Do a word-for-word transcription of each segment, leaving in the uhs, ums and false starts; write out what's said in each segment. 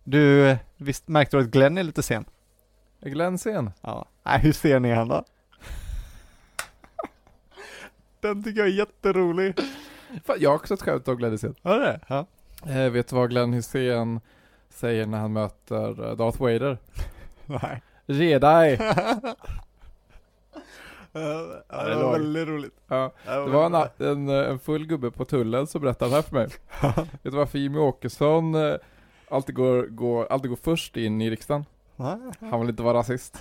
Du, visst märkte du att Glenn är lite sen? Är Glenn sen? Ja. Nej, hur ser ni han då? Den tycker jag är jätterolig. Fan, jag har också ett skämt om Glenn Hysén. Var det? Ja. Eh, vet du vad Glenn Hysén säger när han möter Darth Vader? Nej. Ge dig! Ja, Ja, det var väldigt roligt. Ja, det var en, en, en full gubbe på tullen som berättade det här för mig. Vet du varför Jimmy Åkesson eh, alltid, går, går, alltid går först in i riksdagen? Han vill inte vara rasist.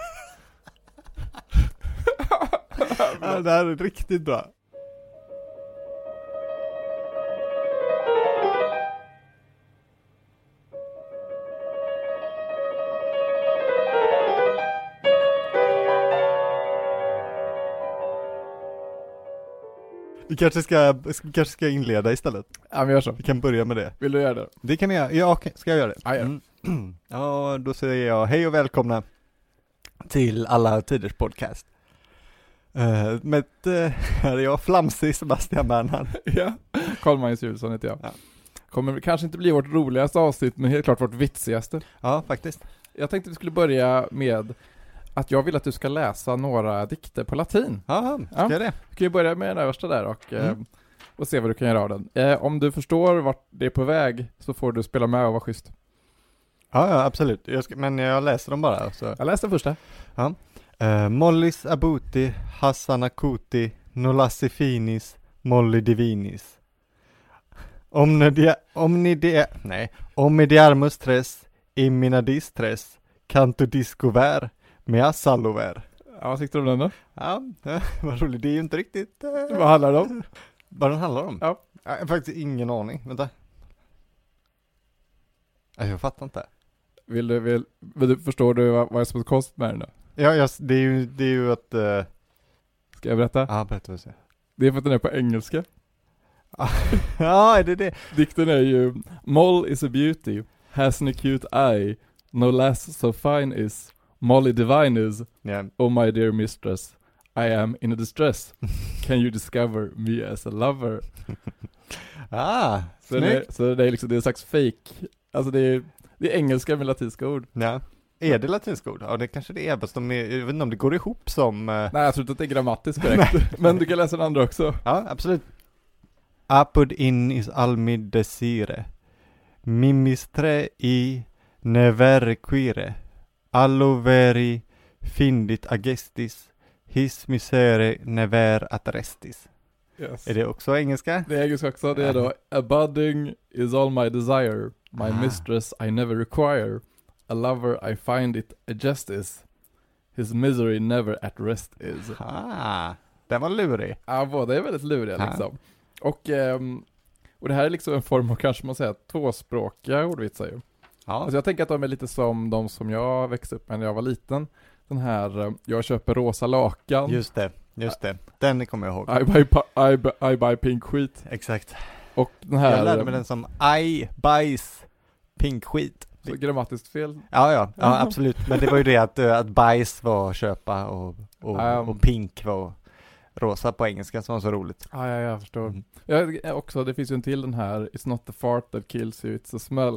Ja, det här är riktigt bra. Vi kanske ska, vi kanske ska inleda istället. Ja, men gör så. Vi kan börja med det. Vill du göra det? Det kan jag. Ja, okej. Ska jag göra det? Ja, ja. Mm. Ja, då säger jag hej och välkomna till Alla Tiders podcast. Uh, med uh, här är jag, flamsig Sebastian Bernhard. Ja, Carl-Magnus Julsson heter jag. Ja. Kommer kanske inte bli vårt roligaste avsnitt, men helt klart vårt vitsigaste. Ja, faktiskt. Jag tänkte vi skulle börja med att jag vill att du ska läsa några dikter på latin. Aha, ska Ja. jag det? Vi kan ju börja med den översta där och, Mm. eh, och se vad du kan göra av den. Eh, om du förstår vart det är på väg så får du spela med och vara schysst. Ja, ja, absolut. Jag ska, men jag läser dem bara. Så. Jag läste den första. Ja. Uh, Mollis abuti, Hassanakuti, Nolassi finis, Molli divinis. Omni omni de, nej, omnidiarmus tres, imminadis tres, canto discover, mea sallover. Ja, vad tyckte du om den då? Ja, vad roligt. Det är ju inte riktigt... Uh, Vad handlar det om? Vad den handlar om? Ja. Jag har faktiskt ingen aning. Vänta. Nej, jag fattar inte. Vill du, vill, vill du, förstår du vad, vad är som är konstigt med den då? Ja, jag, det är ju, det är ju att... Uh... Ska jag berätta? Ja, berätta vad du säger. Det är för att den är på engelska. Ja, är det det? Dikten är ju Moll is a beauty, has an acute eye, no less so fine is, Molly divine is, Yeah. oh my dear mistress, I am in a distress, can you discover me as a lover? Ah, Så det, är, så det är liksom, det är en slags fake, alltså det är, det är engelska med latinska ord. Ja. Är det latinska ord? Ja, det kanske det är, fast de är, jag vet inte om det går ihop som... Uh... Nej, jag tror inte att det är grammatiskt korrekt, men du kan läsa den andra också. Ja, absolut. Apud in is almi desire, mimistre i neverquire, allo veri findit agestis, his misere never at restis. Yes. Är det också engelska? Det är engelska också, det är då a budding is all my desire, my Ah. mistress I never require, a lover I find it a justice, his misery never at rest is. Ah, den var lurig. Ja, båda är väldigt luriga Ah. liksom. Och, ehm, och det här är liksom en form av, kanske man säger, tvåspråkiga ordvitsar ju. Ja. Alltså jag tänker att de är lite som de som jag växte upp med när jag var liten. Den här, eh, jag köper rosa lakan. Just det, just det. Den kommer jag ihåg. I buy, pa- I, buy, I buy pink skit. Exakt. Och den här... Jag lärde mig den som I, bajs, pink skit. Så grammatiskt fel. Ja, ja, ja, absolut. Men det var ju det att, att bajs var köpa och, och, Um. och pink var rosa på engelska, som var så roligt. Ja, ja, jag förstår. Mm. Jag, också, det finns ju en till den här, it's not the fart that kills you, it's the smell.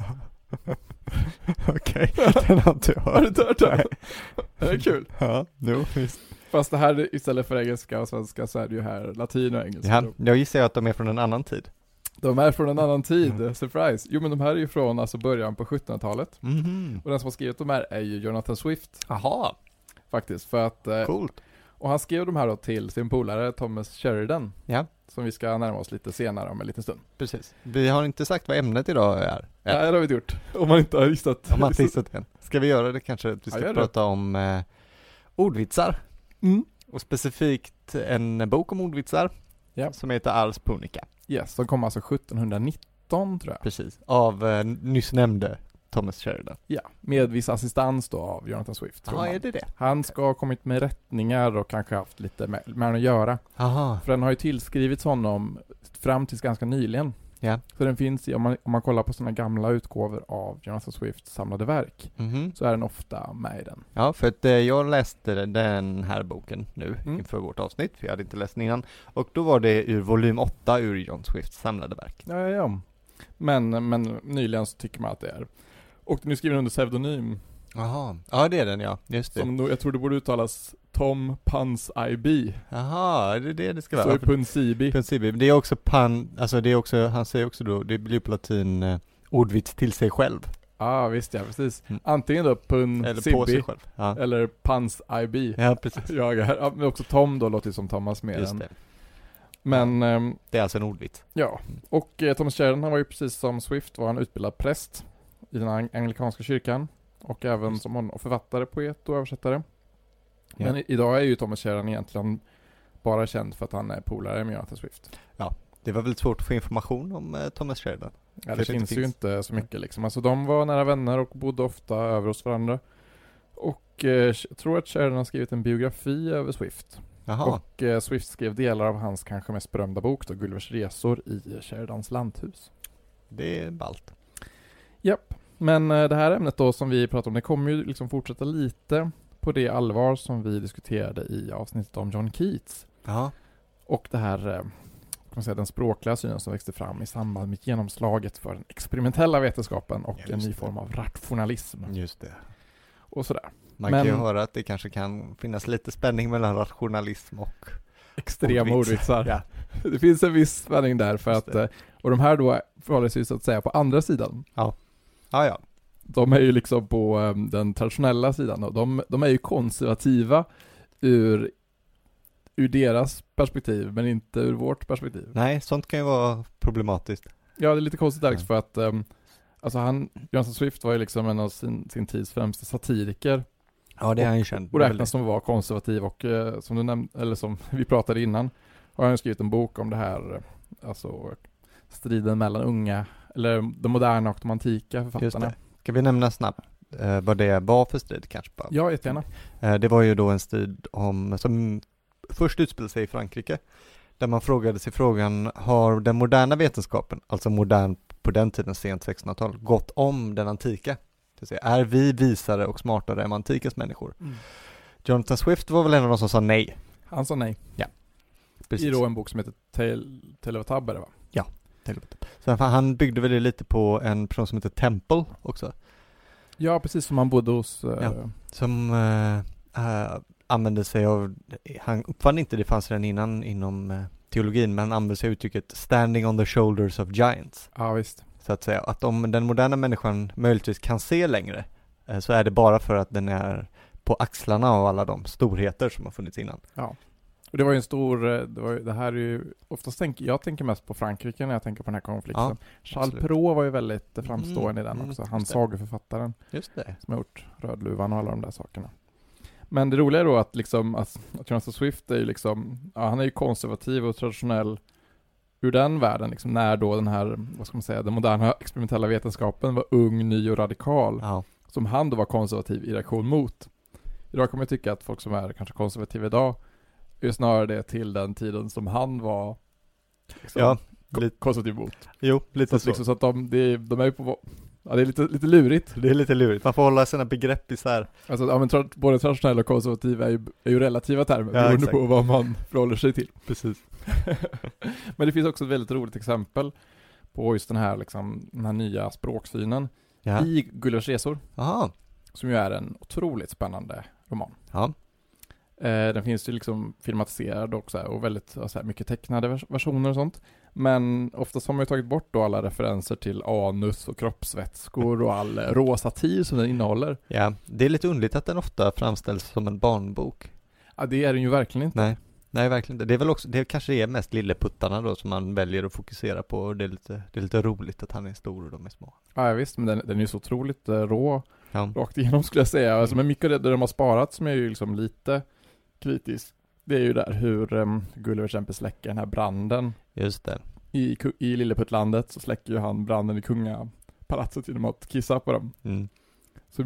Okej, den har inte jag hört. Har du inte hört det? Det är kul. Ja, jo, visst. Fast det här istället för engelska och svenska så är det ju här latin och engelska. Ja, jag gissar ju att de är från en annan tid. De är från en annan tid, Mm. surprise. Jo, men de här är ju från alltså början på sjuttonhundratalet. Mhm. Och den som har skrivit de här är ju Jonathan Swift. Aha, Faktiskt, för att... Eh, coolt. och han skrev de här då till sin polare Thomas Sheridan. Ja, Som vi ska närma oss lite senare om en liten stund. precis. Vi har inte sagt vad ämnet idag är. Ja, det har vi inte gjort. Om man inte har gissat. Om man inte gissat än. Ska vi göra det kanske? Att vi ska Ja, gör det. prata om eh, ordvitsar. Mm. Och specifikt en bok om ordvitsar. Ja. Som heter Ars Punica. Yes, de kom alltså sjuttonhundranitton tror jag. Precis. Av eh, nyss nämnde Thomas Sheridan. Ja, med viss assistans då av Jonathan Swift. tror Ja, man. är det det? Han ska ha kommit med rättningar och kanske haft lite med, med han att göra. Aha. För den har ju tillskrivits honom fram tills ganska nyligen. Ja. Så den finns i, om man, om man kollar på sådana gamla utgåvor av Jonathan Swifts samlade verk, Mhm. så är den ofta med i den. Ja, för att eh, jag läste den här boken nu Mm. inför vårt avsnitt, för jag hade inte läst den innan. Och då var det ur volym åtta ur John Swifts samlade verk. Ja, ja, ja. Men, men nyligen så tycker man att det är. Och den är skriven under pseudonym. Jaha, ja det är den ja, just det. Som då, jag tror det borde uttalas Tom Punsibi. Jaha, det är det det ska vara. Så är Punsibi. Punsibi, det är också pan, alltså det är också, han säger också då, det blir på latin eh, ordvits till sig själv. Ja, ah, visst ja, precis. Mm. Antingen då Punsibi eller på sig själv. Ja. Eller Punsibi. Ja, precis. Jag är, ja, men också Tom då låter ju som Thomas mer just än. Det. Men ja. ehm, det är alltså en ordvits. Ja, och eh, Thomas Sheridan, han var ju precis som Swift var han utbildad präst i den ang- anglikanska kyrkan och även som hon, författare, poet och översättare. Ja. Men i, idag är ju Thomas Sheridan egentligen bara känd för att han är polare med Jonathan Swift. Ja, det var väldigt svårt att få information om eh, Thomas Sheridan. Ja, det finns, finns ju inte så mycket liksom. Alltså de var nära vänner och bodde ofta över hos varandra. Och eh, jag tror att Sheridan har skrivit en biografi över Swift. Jaha. Och eh, Swift skrev delar av hans kanske mest berömda bok då, Gullivers resor i Sheridans lanthus. Det är ballt. Japp, men eh, det här ämnet då som vi pratar om, det kommer ju liksom fortsätta lite på det allvar som vi diskuterade i avsnittet om John Keats. Jaha. Och det här, eh, kan man säga, den språkliga synen som växte fram i samband med genomslaget för den experimentella vetenskapen och en ny det. form av rationalism. Just det. Och sådär. Man Men, kan ju höra att det kanske kan finnas lite spänning mellan rationalism och extrema ordvitsar. Ja. Det finns en viss spänning där för att, och de här då förhåller sig så att säga på andra sidan. Ja, ja, ja. De är ju liksom på um, den traditionella sidan och de, de är ju konservativa ur, ur deras perspektiv men inte ur vårt perspektiv. Nej, sånt kan ju vara problematiskt. Ja, det är lite konstigt där för att um, alltså han, Jonathan Swift var ju liksom en av sin, sin tids främsta satiriker. Ja, det är han ju känd. Och räknas som var konservativ och eh, som du nämnde, eller som vi pratade innan, har han skrivit en bok om det här, alltså striden mellan unga, eller de moderna och de antika författarna. Just det. Ska vi nämna snabbt eh, vad det var för strid kanske? Bara? Ja, jättegärna. Eh, det var ju då en strid om, som först utspelade sig i Frankrike, där man frågade sig frågan, har den moderna vetenskapen, alltså modern på den tiden, sent sextonhundratal, gått om den antika? Är vi visare och smartare än antikens människor? Mm. Jonathan Swift var väl en av de som sa nej. Han sa nej. Ja. Precis. I då en bok som heter Tale of Tabber, va? Ja. Så han byggde väl det lite på en person som heter Temple också. Ja, precis, som han bodde hos. Uh... Ja. Som uh, uh, använde sig av, han uppfann inte, det fanns redan innan inom uh, teologin, men han använde sig av uttrycket standing on the shoulders of giants. Ja, visst. Så att säga, att om den moderna människan möjligtvis kan se längre eh, så är det bara för att den är på axlarna av alla de storheter som har funnits innan. Ja, och det var ju en stor, det, var ju, det här är ju, oftast tänker, jag tänker mest på Frankrike när jag tänker på den här konflikten. Ja, Charles Perrault var ju väldigt framstående mm, i den också, han sagoförfattaren. Just det. Som har gjort Rödluvan och alla de där sakerna. Men det roliga är då att liksom, att, att Jonathan Swift är ju liksom, ja, han är ju konservativ och traditionell ur den världen, liksom, när då den här, vad ska man säga, den moderna experimentella vetenskapen var ung, ny och radikal. Ja. Som han då var konservativ i reaktion mot. Idag kommer jag tycka att folk som är kanske konservativa idag är snarare det till den tiden som han var liksom, ja, lite konservativ mot. Jo, lite så. Så, liksom, så att de, de, de är ju på, ja, det är lite, lite lurigt. Det är lite lurigt. Man får hålla sina begrepp isär. Alltså, ja, men tra- både traditionella och konservativa är ju, är ju relativa termer, ja, beroende på vad man förhåller sig till. Precis. Men det finns också ett väldigt roligt exempel på just den här, liksom, den här nya språksynen ja. i Gullivers resor. Aha. Som ju är en otroligt spännande roman. Ja. Eh, den finns ju liksom filmatiserad också och väldigt så här, mycket tecknade vers- versioner och sånt. Men oftast har man ju tagit bort då alla referenser till anus och kroppsvätskor och all råsatir som den innehåller. Ja, det är lite underligt att den ofta framställs som en barnbok. Ja, det är den ju verkligen inte. Nej. Nej, verkligen inte. Det är väl också, det kanske är mest lilleputtarna då som man väljer att fokusera på, och det är lite, det är lite roligt att han är stor och de är små. Ja, visst, men den, den är ju så otroligt uh, rå, ja. rakt igenom skulle jag säga. Alltså, men mycket av det de har sparat som är ju liksom lite kritiskt, det är ju där hur um, Gulliver till exempel släcker den här branden. Just det. I, i Lilleputtlandet så släcker ju han branden i kungapalatset genom att kissa på dem. Mm. Så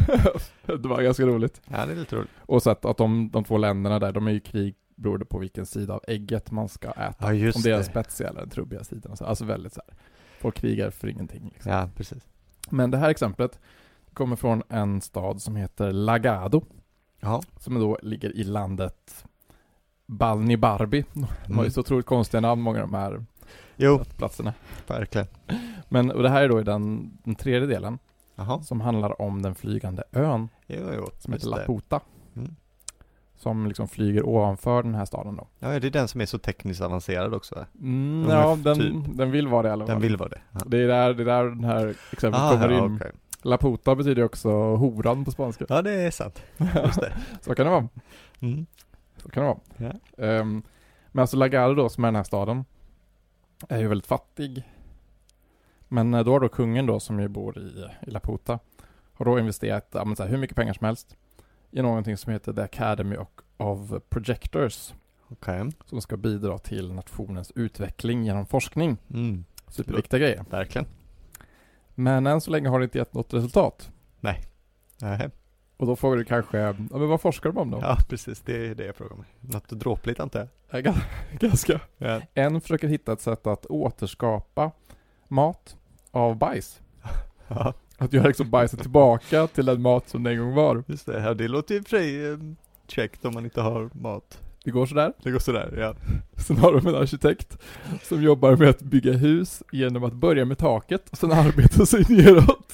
det var ganska roligt. Ja, det är lite roligt. Och så att, att de, de två länderna där, de är ju krig beroende på vilken sida av ägget man ska äta. Ja, just om det är den det. spetsiga eller den trubbiga sidan. Alltså väldigt så här. Folk krigar för ingenting. Liksom. Ja, precis. Men det här exemplet kommer från en stad som heter Lagado. Ja. Som då ligger i landet Balnibarbi. De har ju så otroligt konstiga namn, många av de här Jo, platserna. verkligen. Men och det här är då den, den tredje delen. Jaha. Som handlar om den flygande ön. Jo, jo. Som heter det. Laputa. Mm. Som liksom flyger ovanför den här staden då. Ja, det är den som är så tekniskt avancerad också. Mm, De ja, är den, typ- den vill vara det i alla fall. Den vill vara det. Ja. Det är där, det är där den här exemplet Ah, kommer ja, in. okej. Laputa betyder också horan på spanska. Ja, det är sant. Just det. Så kan det vara. Mm. Så kan det vara. Ja. Um, men alltså Lagare då, som är den här staden, är ju väldigt fattig. Men eh, då har då kungen då, som ju bor i, i Laputa, har då investerat ja, men så här, hur mycket pengar som helst i någonting som heter The Academy of Projectors. Okej. Som ska bidra till nationens utveckling genom forskning. Mm. Superviktiga grejer. Verkligen. Men än så länge har det inte gett något resultat. Nej. Nej. Och då frågar du kanske, ja, men vad forskar de om då? Ja, precis. Det är det jag frågar mig. Något dråpligt, antar jag. Ja, g- ganska. Ja. En försöker hitta ett sätt att återskapa mat av bajs. Ja, Att göra liksom bajset tillbaka till den mat som det en gång var. just det. Ja, det låter ju för sig eh, checkt om man inte har mat. Det går sådär. Det går sådär, ja. Sen har de en arkitekt som jobbar med att bygga hus genom att börja med taket och sen arbeta sig neråt.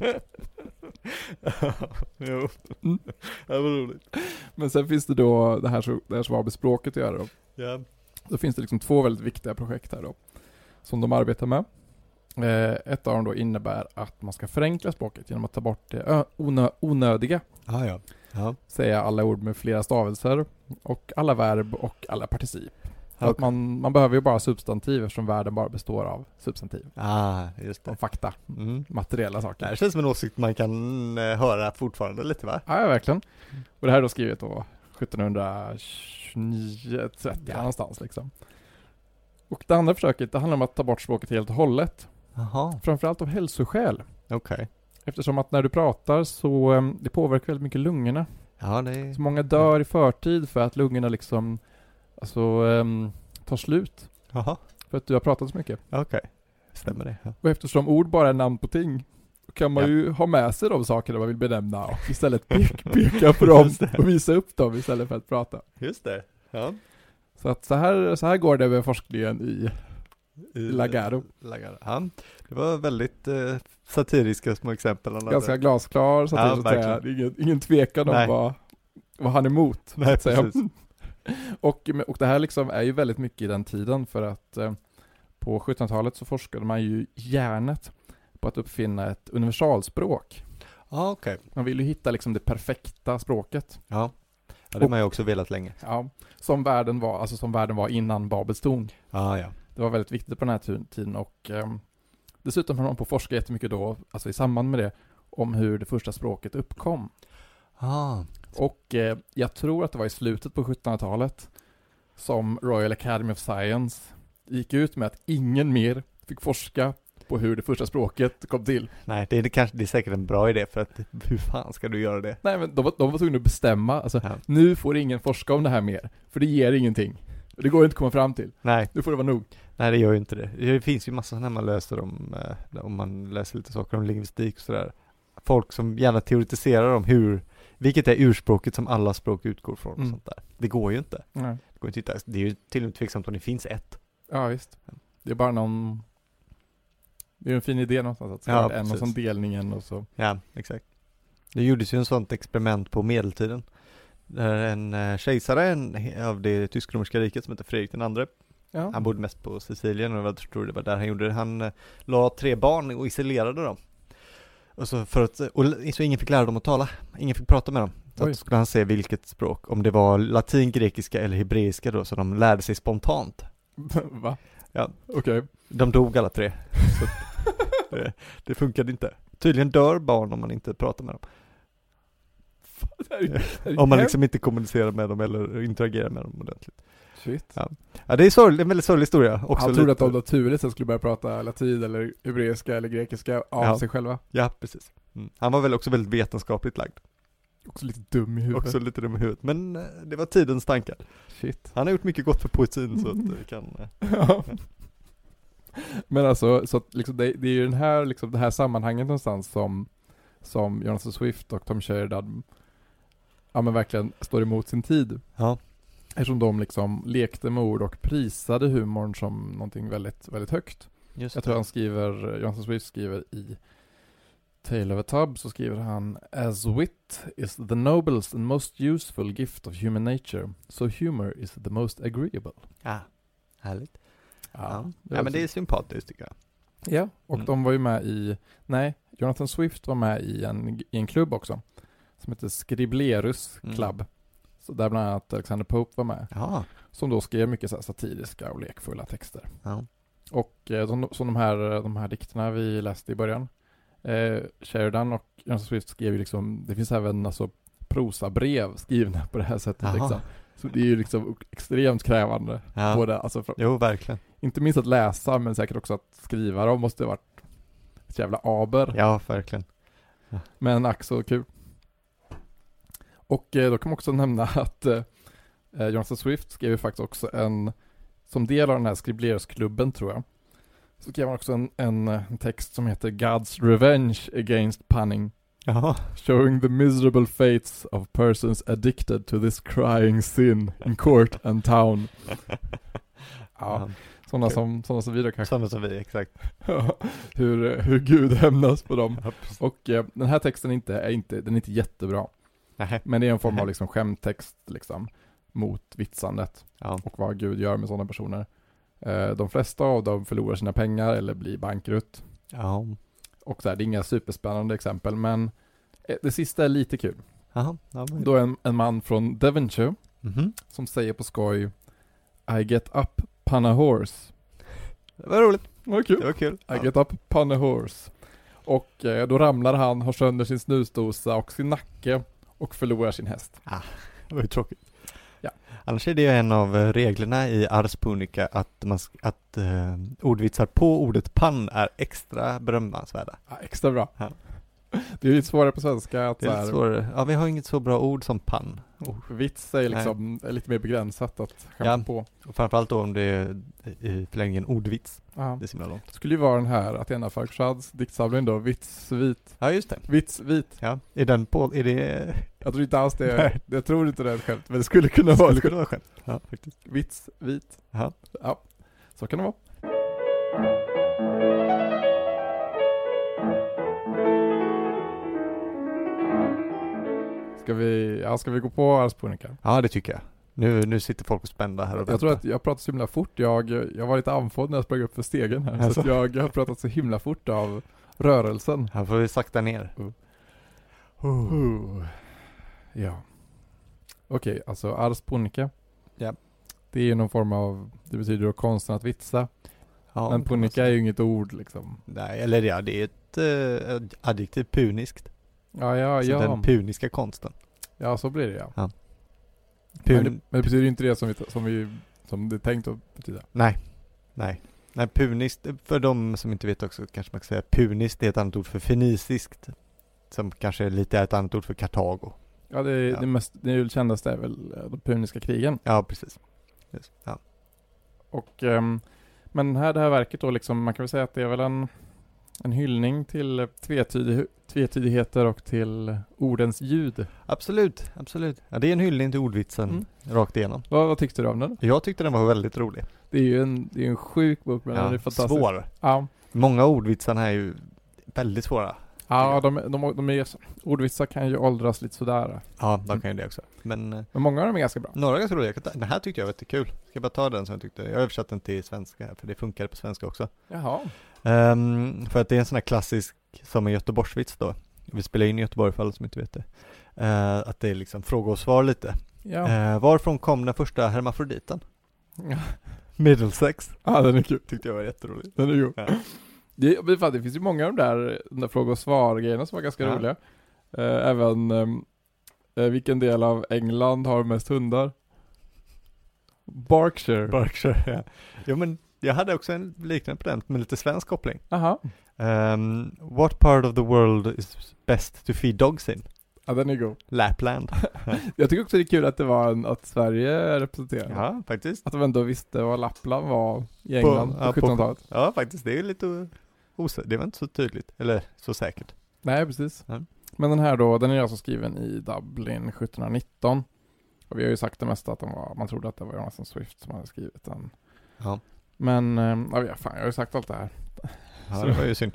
Jo. Mm. Det var roligt. Men sen finns det då det här, så, det här som har med språket att göra då. Ja. Då finns det liksom två väldigt viktiga projekt här då. Som de arbetar med. Eh, ett av dem då innebär att man ska förenkla språket genom att ta bort det ö- onö- onödiga. Ah, ja. Ja. Säga alla ord med flera stavelser och alla verb och alla particip. För Okay. att man, man behöver ju bara substantiv eftersom världen bara består av substantiv. Ah, just det. Och fakta. Mm. Materiella saker. Det här känns som en åsikt man kan eh, höra fortfarande lite, va? Ja, ja, verkligen. Och det här är då skrivet då sjuttonhundratjugonio trettio Ja. någonstans liksom. Och det andra försöket, det handlar om att ta bort språket helt och hållet. Jaha, Framförallt av hälsoskäl. okej. Eftersom att när du pratar så um, det påverkar väldigt mycket lungorna. Ja, det är... Så många dör i förtid för att lungorna liksom alltså um, tar slut. Jaha, För att du har pratat så mycket. okej. Stämmer det? Ja. Och eftersom ord bara är namn på ting kan man Ja. ju ha med sig de sakerna man vill benämna och istället peka, peka på dem Just det. och visa upp dem istället för att prata. Just det. Ja. Så att så här, så här går det med forskningen i I, Lagaro. Lagaro. Ja. Det var väldigt eh, satiriska små exempel. Han Ganska hade. glasklar så att, Ja, så att säga. verkligen. Det är ingen, ingen tvekan om Nej. vad, vad han är emot. så Nej, att säga. precis. Och, och det här liksom är ju väldigt mycket i den tiden för att eh, på sjuttonhundratalet så forskade man ju hjärnet på att uppfinna ett universalspråk. Ja, okej. Man ville ju hitta liksom det perfekta språket. Ja. Ja, det har man ju också velat länge. Ja, som världen var, alltså som världen var innan Babels torn. Ja, ja. Det var väldigt viktigt på den här tu- tiden och ehm, dessutom har man på att forska jättemycket då, alltså i samband med det, om hur det första språket uppkom. Ah. Och eh, jag tror att det var i slutet på sjuttonhundratalet som Royal Academy of Science gick ut med att ingen mer fick forska på hur det första språket kom till. Nej, det är, det, kanske, det är säkert en bra idé för att hur fan ska du göra det? Nej, men de, var- de var tvungna att bestämma, alltså Ja. nu får ingen forska om det här mer, för det ger ingenting. Det går inte att komma fram till. Nej, Nu får det vara nog. nej, det gör ju inte det. Det finns ju massa när man läser om, eh, om man läser lite saker om lingvistik och sådär. Folk som gärna teoretiserar om hur, vilket är urspråket som alla språk utgår från och Mm. sånt där. Det går ju inte. Nej. Det går inte att hitta. Det är ju till och med tveksamt om det finns ett. Ja, visst. Det är bara någon... Det är en fin idé någonstans att Ja, ja, en och precis. som delningen och så. Ja, exakt. Det gjordes ju en sånt experiment på medeltiden. Där en eh, kejsare en, av det tysk-romerska riket som heter Fredrik den andre. Ja. Han bodde mest på Sicilien och jag tror det var där han gjorde det. Han eh, la tre barn och isolerade dem. Och så, för att, och så ingen fick lära dem att tala. Ingen fick prata med dem. Så Oj. att skulle han se vilket språk. Om det var latin, grekiska eller hebreiska då. Så de lärde sig spontant. Va? Ja. Okej. De dog alla tre. Så det, det funkade inte. Tydligen dör barn om man inte pratar med dem. Det här är- det här är Om man hemskt. liksom inte kommunicerar med dem eller interagerar med dem ordentligt. Shit. Ja, ja det är sorglig, en väldigt sorglig historia. Också Han trodde lite- att de naturligt sett skulle börja prata latin eller hebreiska eller grekiska av Ja. sig själva. Ja, precis. Mm. Han var väl också väldigt vetenskapligt lagd. Också lite dum i huvudet. Också lite dum i huvudet. Men eh, det var tidens tankar. Shit. Han har gjort mycket gott för poesin så att det kan... eh, Ja. Men alltså, så att liksom det, det är ju den här, liksom, det här sammanhanget någonstans som, som Jonathan Swift och Tom Sheridan ja, men verkligen står emot sin tid. Ja. Eftersom de liksom lekte med ord och prisade humorn som någonting väldigt, väldigt högt. Just Jag tror han skriver, Jonathan Swift skriver i Tale of a Tub, så skriver han: As wit is the noblest and most useful gift of human nature, so humor is the most agreeable. Ja, härligt. Ja, Ja, det ja är men det är sympatiskt tycker jag. Ja, och Mm. de var ju med i, nej, Jonathan Swift var med i en, i en klubb också, som heter Scriblerus Mm. Club. Så där bland annat Alexander Pope var med, Ja. som då skrev mycket så här satiriska och lekfulla texter. Ja. Och eh, de, som de här, de här dikterna vi läste i början, eh, Sheridan och Jonathan Swift skrev ju liksom, det finns även alltså prosabrev skrivna på det här sättet. Jaha. Liksom. Så det är ju liksom extremt krävande. Ja. Både, alltså, för, Jo, verkligen. inte minst att läsa, men säkert också att skriva dem måste ha varit ett jävla aber. Ja, verkligen. Men ack så kul. Och eh, då kan man också nämna att eh, Jonathan Swift skrev ju faktiskt också en, som del av den här Scriblerus-klubben tror jag, så skrev han också en, en, en text som heter God's Revenge Against Punning, Jaha. showing the miserable fates of persons addicted to this crying sin in court and town. Ja, sådana Kul. som, sådana som vi då kanske. Sådana som vi, exakt. hur, hur Gud hämnas på dem. Ja, precis. Och eh, den här texten är inte, är inte, den är inte jättebra. Nej. Men det är en form av Nej. liksom skämttext liksom, mot vitsandet Ja. och vad Gud gör med sådana personer. Eh, de flesta av dem förlorar sina pengar eller blir bankrutt. Ja. Och så här, det är inga superspännande exempel, men eh, det sista är lite kul. Jaha. Ja, men... Då är en, en man från Devonshire Mhm. som säger på skoj: I get up upon a horse. Det var roligt. Det var kul. Det var kul. I Ja. get up upon a horse. Och eh, då ramlar han, har sönder sin snusdosa och sin nacke och förlorar sin häst. Det var ju tråkigt. Ja. Annars är det ju en av eh, reglerna i Ars Punica att, man, sk- att eh, ordvitsar på ordet pann är extra berömmansvärda. Ja, extra bra. Ja. Det är lite svårare på svenska att Det är så lite här, svårare. Ja, vi har inget så bra ord som pann. oh, vits är liksom är lite mer begränsat att skämta Ja. på. Och framförallt då om det är i förlängningen ordvits. Ja. Det är så himla långt. Det skulle ju vara den här Athena Farrokhzads diktsamling då, Vitsvit. Ja, just det. Vitsvit. Ja, är den på, är det... Jag tror inte alls det, Nej. jag tror inte det är ett skämt, men det skulle kunna vara Skulle ett kunna vara skämt. Ja, faktiskt. Vitsvit. Ja. Ja, så kan det vara. Ska vi, ja, ska vi gå på Ars Punica? Ja, det tycker jag. Nu, nu sitter folk och spända här och Jag tror att jag pratar så himla fort. Jag, jag var lite andfådd när jag sprang upp för stegen här. Alltså. Så att jag, jag har pratat så himla fort av rörelsen. Här får vi sakta ner. Uh. Uh. Ja. Okej, alltså Ars Punica. Ja. Det är ju någon form av, det betyder då konsten att vitsa. Ja, Men punica är ju inget ord liksom. Nej, eller ja, det är ett uh, adjektiv, puniskt. Ja, ja, Så ja. den puniska konsten. Ja, så blir det ja. Ja. Men, Pun- det, men det betyder ju inte det som vi, som vi som det är tänkt att betyda. Nej, nej. Nej, puniskt, för de som inte vet också kanske man kan säga puniskt är ett annat ord för fenisiskt. Som kanske lite är ett annat ord för Kartago. Ja, det, Ja. det, mest, det är ju kändaste är väl eh, de puniska krigen. Ja, precis. Yes. Ja. Och, ehm, men här, det här verket då liksom, man kan väl säga att det är väl en, en hyllning till tvetydig, tvetydigheter och till ordens ljud. Absolut, absolut. Ja, det är en hyllning till ordvitsen Mm. rakt igenom. Vad, vad tyckte du om den? Jag tyckte den var väldigt rolig. Det är ju en, det är en sjuk bok, men den är fantastisk. svår. Ja, Många ordvitsar här är ju väldigt svåra. ja de, de, de, de är, ordvitsar kan ju åldras lite sådär. Ja, de kan ju det också. Men eh, Men många av dem är ganska bra. några är ganska roliga. Jag kan ta- Den här tyckte jag var jättekul. Ska jag bara ta den som jag tyckte. Jag har översatt den till svenska här, för det funkar på svenska också. Jaha. Ehm, för att det är en sån här klassisk som en Göteborgsvits då. Vi spelar in i Göteborg för alla som inte vet det. Eh, att det är liksom fråga och svar lite. Ja. Eh, varifrån kom den första hermafroditen? Middlesex. Ja, den är kul. Tyckte jag var jätterolig. Den är god. Ja. Det, men fan, det finns ju många av de där, de där fråga och svar-grejerna som var ganska Ja. roliga. Eh, även ehm, eh, vilken del av England har mest hundar? Berkshire. Berkshire, ja. Jo, men jag hade också en liknande på den med lite svensk koppling. Aha. Um, what part of the world is best to feed dogs in? Ja, den är god. Lapland. Jag tycker också det är kul att det var en, att Sverige är representerat. Ja, faktiskt. Att de ändå visste vad Lappland var i England på, ja, sjuttonhundratalet. Ja, faktiskt. Det är lite osäkert. Det var inte så tydligt. Eller så säkert. Nej, precis. Ja. Men den här då, den är alltså skriven i Dublin sjuttonhundranitton. Och vi har ju sagt det mesta att de var, man trodde att det var Jonathan Swift som hade skrivit den. Ja. Men, eh, ja, fan, jag har ju sagt allt det här. Ja, det var ju synd.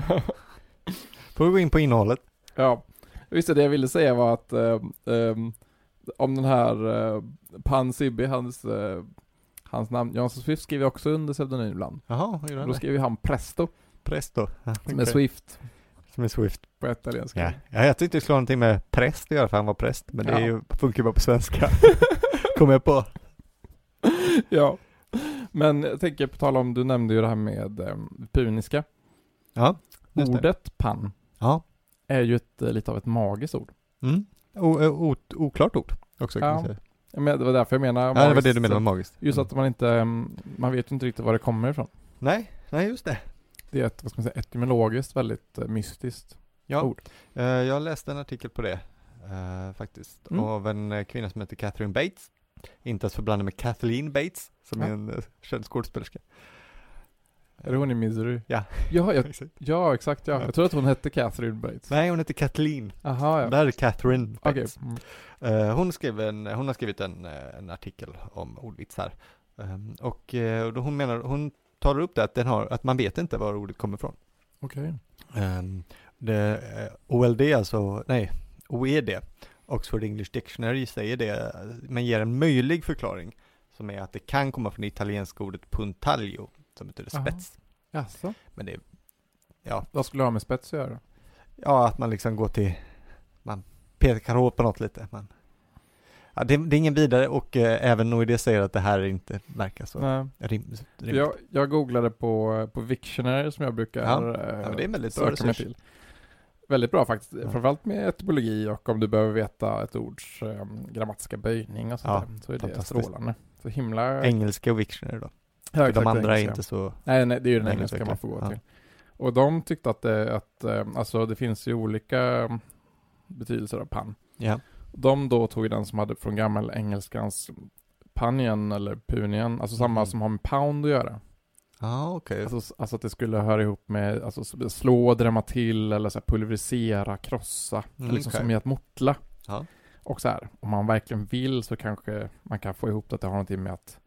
Får vi gå in på innehållet? Ja, visst det jag ville säga var att eh, eh, om den här eh, Pan Sibby, hans, eh, hans namn, Jonathan Swift skrev ju också under pseudonym ibland. Jaha, vad gjorde han Då det? skrev ju han Presto, Presto. Ja, som okej. är Swift Som är Swift. på italienska. Ja. ja, jag tyckte det skulle ha någonting med präst att göra för han var präst. Men det är Ja. ju, funkar ju bara på svenska. Kommer jag på. Ja, men jag tänker på tal om, du nämnde ju det här med eh, puniska. Ja, just det. Ordet pan Ja. är ju ett, eh, lite av ett magiskt ord. Mm. O, o, o, oklart ord också kan Ja. man säga. Ja, men det var därför jag menar Ja, det var magiskt. det du menade med magiskt. Just Mm. att man inte, um, man vet ju inte riktigt var det kommer ifrån. Nej, nej just det. Det är ett, vad ska man säga, etymologiskt väldigt uh, mystiskt Ja, ord. eh, jag läste en artikel på det eh, faktiskt. Mm. Av en eh, kvinna som heter Catherine Bates. Inte att förblanda med Kathleen Bates som Ja. är en eh, känd skådespelerska. Är det hon i Misery? Ja. Ja, jag, ja exakt. Ja. Jag tror att hon hette Catherine Bates. Nej, hon heter Kathleen. Aha, ja. Det här är Catherine Okej. Bates. Mm. Eh, hon, skrev en, hon har skrivit en, eh, en artikel om ordvitsar. Um, och eh, då hon menar, hon tar upp det att, den har, att man vet inte var ordet kommer ifrån. Okej. Um, det, eh, O L D alltså, nej, O E D, Oxford English Dictionary säger det, men ger en möjlig förklaring som är att det kan komma från det italienska ordet puntaglio som betyder Aha. spets. Jaså? Men det är, ja, Vad skulle det ha med spets att göra? ja, att man liksom går till, man pekar åt på något lite. Man, ja, det, det är ingen vidare och eh, även O E D säger att det här inte verkar så Nej. rim, rim. Jag, jag googlade på, på Wiktionary som jag brukar Ja. eh, Ja, men det är väldigt bra söka mig research. till. Väldigt bra faktiskt. Ja. Framförallt med etymologi och om du behöver veta ett ords eh, grammatiska böjning och sånt Ja, där, så är det fantastiskt. strålande. Så himla... Engelska och Wiktionary då. Ja, För exakt, de andra är engelska. inte så... Nej, nej, det är ju den Nej, engelska exakt. man får gå Ja. till. Och de tyckte att det, att, eh, alltså det finns ju olika mm, betydelser av pan. Ja. De då tog ju den som hade från gammal engelskans panien eller punien, alltså samma Mm. som har med pound att göra. Ja, okej. Alltså, alltså att det skulle höra ihop med alltså, slå, drämma till eller så här, pulverisera, krossa. Mm, liksom okej. som i att mortla. Ja. Och så här, om man verkligen vill så kanske man kan få ihop det att det har någonting med att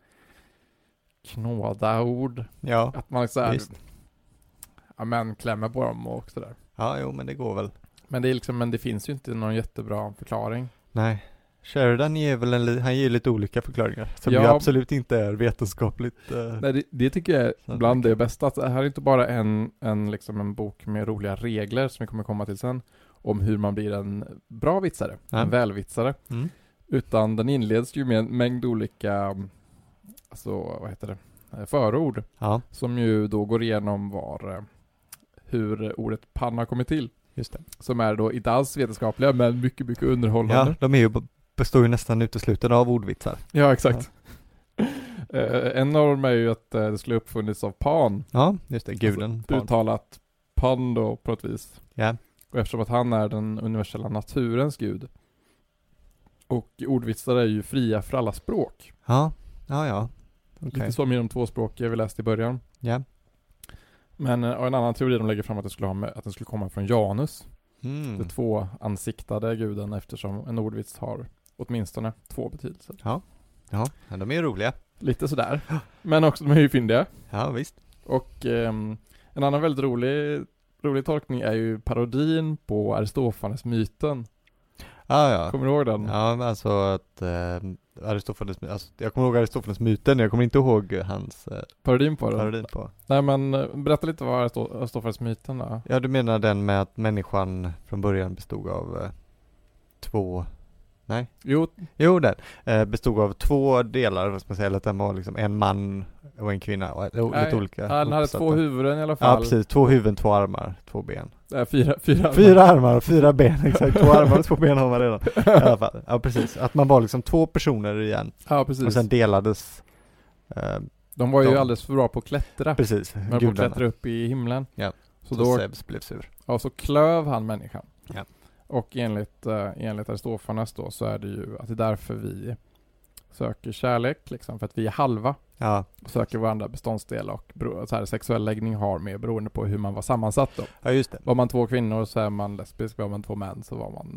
knåda ord. Ja. Att man så här, Visst. ja men klämmer på dem och sådär. Ja, jo, men det går väl. Men det är liksom, men det finns ju inte någon jättebra förklaring. Nej. Sheridan ger väl en, li- han ger lite olika förklaringar som Ja. ju absolut inte är vetenskapligt. Eh, Nej, det, det tycker jag är Så bland mycket. det bästa. Att det här är inte bara en, en, liksom en bok med roliga regler som vi kommer komma till sen. Om hur man blir en bra vitsare. Ja. En välvitsare. mm. Utan den inleds ju med en mängd olika, alltså vad heter det, Eh, förord. Ja, Som ju då går igenom var, eh, hur ordet pan har kommit till. just det. Som är då inte alls vetenskapliga men mycket, mycket underhållande. Ja, de är ju, består ju nästan uteslutande av ordvitsar. Ja, exakt. Eh, en av dem är ju att eh, det skulle uppfunnits av Pan. Ja, just det. Guden. Alltså, Pan. uttalat Pan då på något vis. Ja. Och eftersom att han är den universella naturens gud. Och ordvitsar är ju fria för alla språk. Ja, ja, ja. Okej. Lite som i de två språk vi läste i början. Ja. Men eh, och en annan teori de lägger fram att det skulle, ha med, att det skulle komma från Janus. Mm. Den tvåansiktade guden, eftersom en ordvits har åtminstone två betydelser. Ja, ja, de är roliga. Lite sådär. Men också de är ju fyndiga. Ja, visst. Och ehm, en annan väldigt rolig, rolig tolkning är ju parodin på Aristofanes myten. Ja, ja. Kommer du ihåg den? Ja, men alltså att eh, Aristofanes, alltså, jag kommer ihåg Aristofanes myten, jag kommer inte ihåg hans eh, Parodin på den? parodin på. Nej men eh, berätta lite vad Aristo- Aristofanes myten då. Ja, du menar den med att människan från början bestod av eh, två, nej? Jo, Jo, den eh, bestod av två delar, vad ska man säga, eller att den var liksom en man och en kvinna, och, och nej, lite olika. han hade uppsatta. två huvuden i alla fall. Ja, precis. Två huvuden, två armar, två ben. Äh, fyra, fyra, armar. Fyra armar och fyra ben, exakt. Två armar och två ben har man redan. I alla fall. Ja, precis. Att man var liksom två personer igen. Ja, precis. Och sen delades, eh, De var ju de- alldeles för bra på att klättra. precis, Men på att gudarna. klättra upp i himlen. Ja. Så, Så då, Zeus blev sur. ja, så klöv han människan. Ja. Och enligt, uh, enligt Aristofanes då så är det ju att det är därför vi söker kärlek, liksom, för att vi är halva. Ja, Och söker varandra beståndsdelar och bero, så här, sexuell läggning har med beroende på hur man var sammansatt då. ja just det. Var man två kvinnor så är man lesbisk, var man två män så var man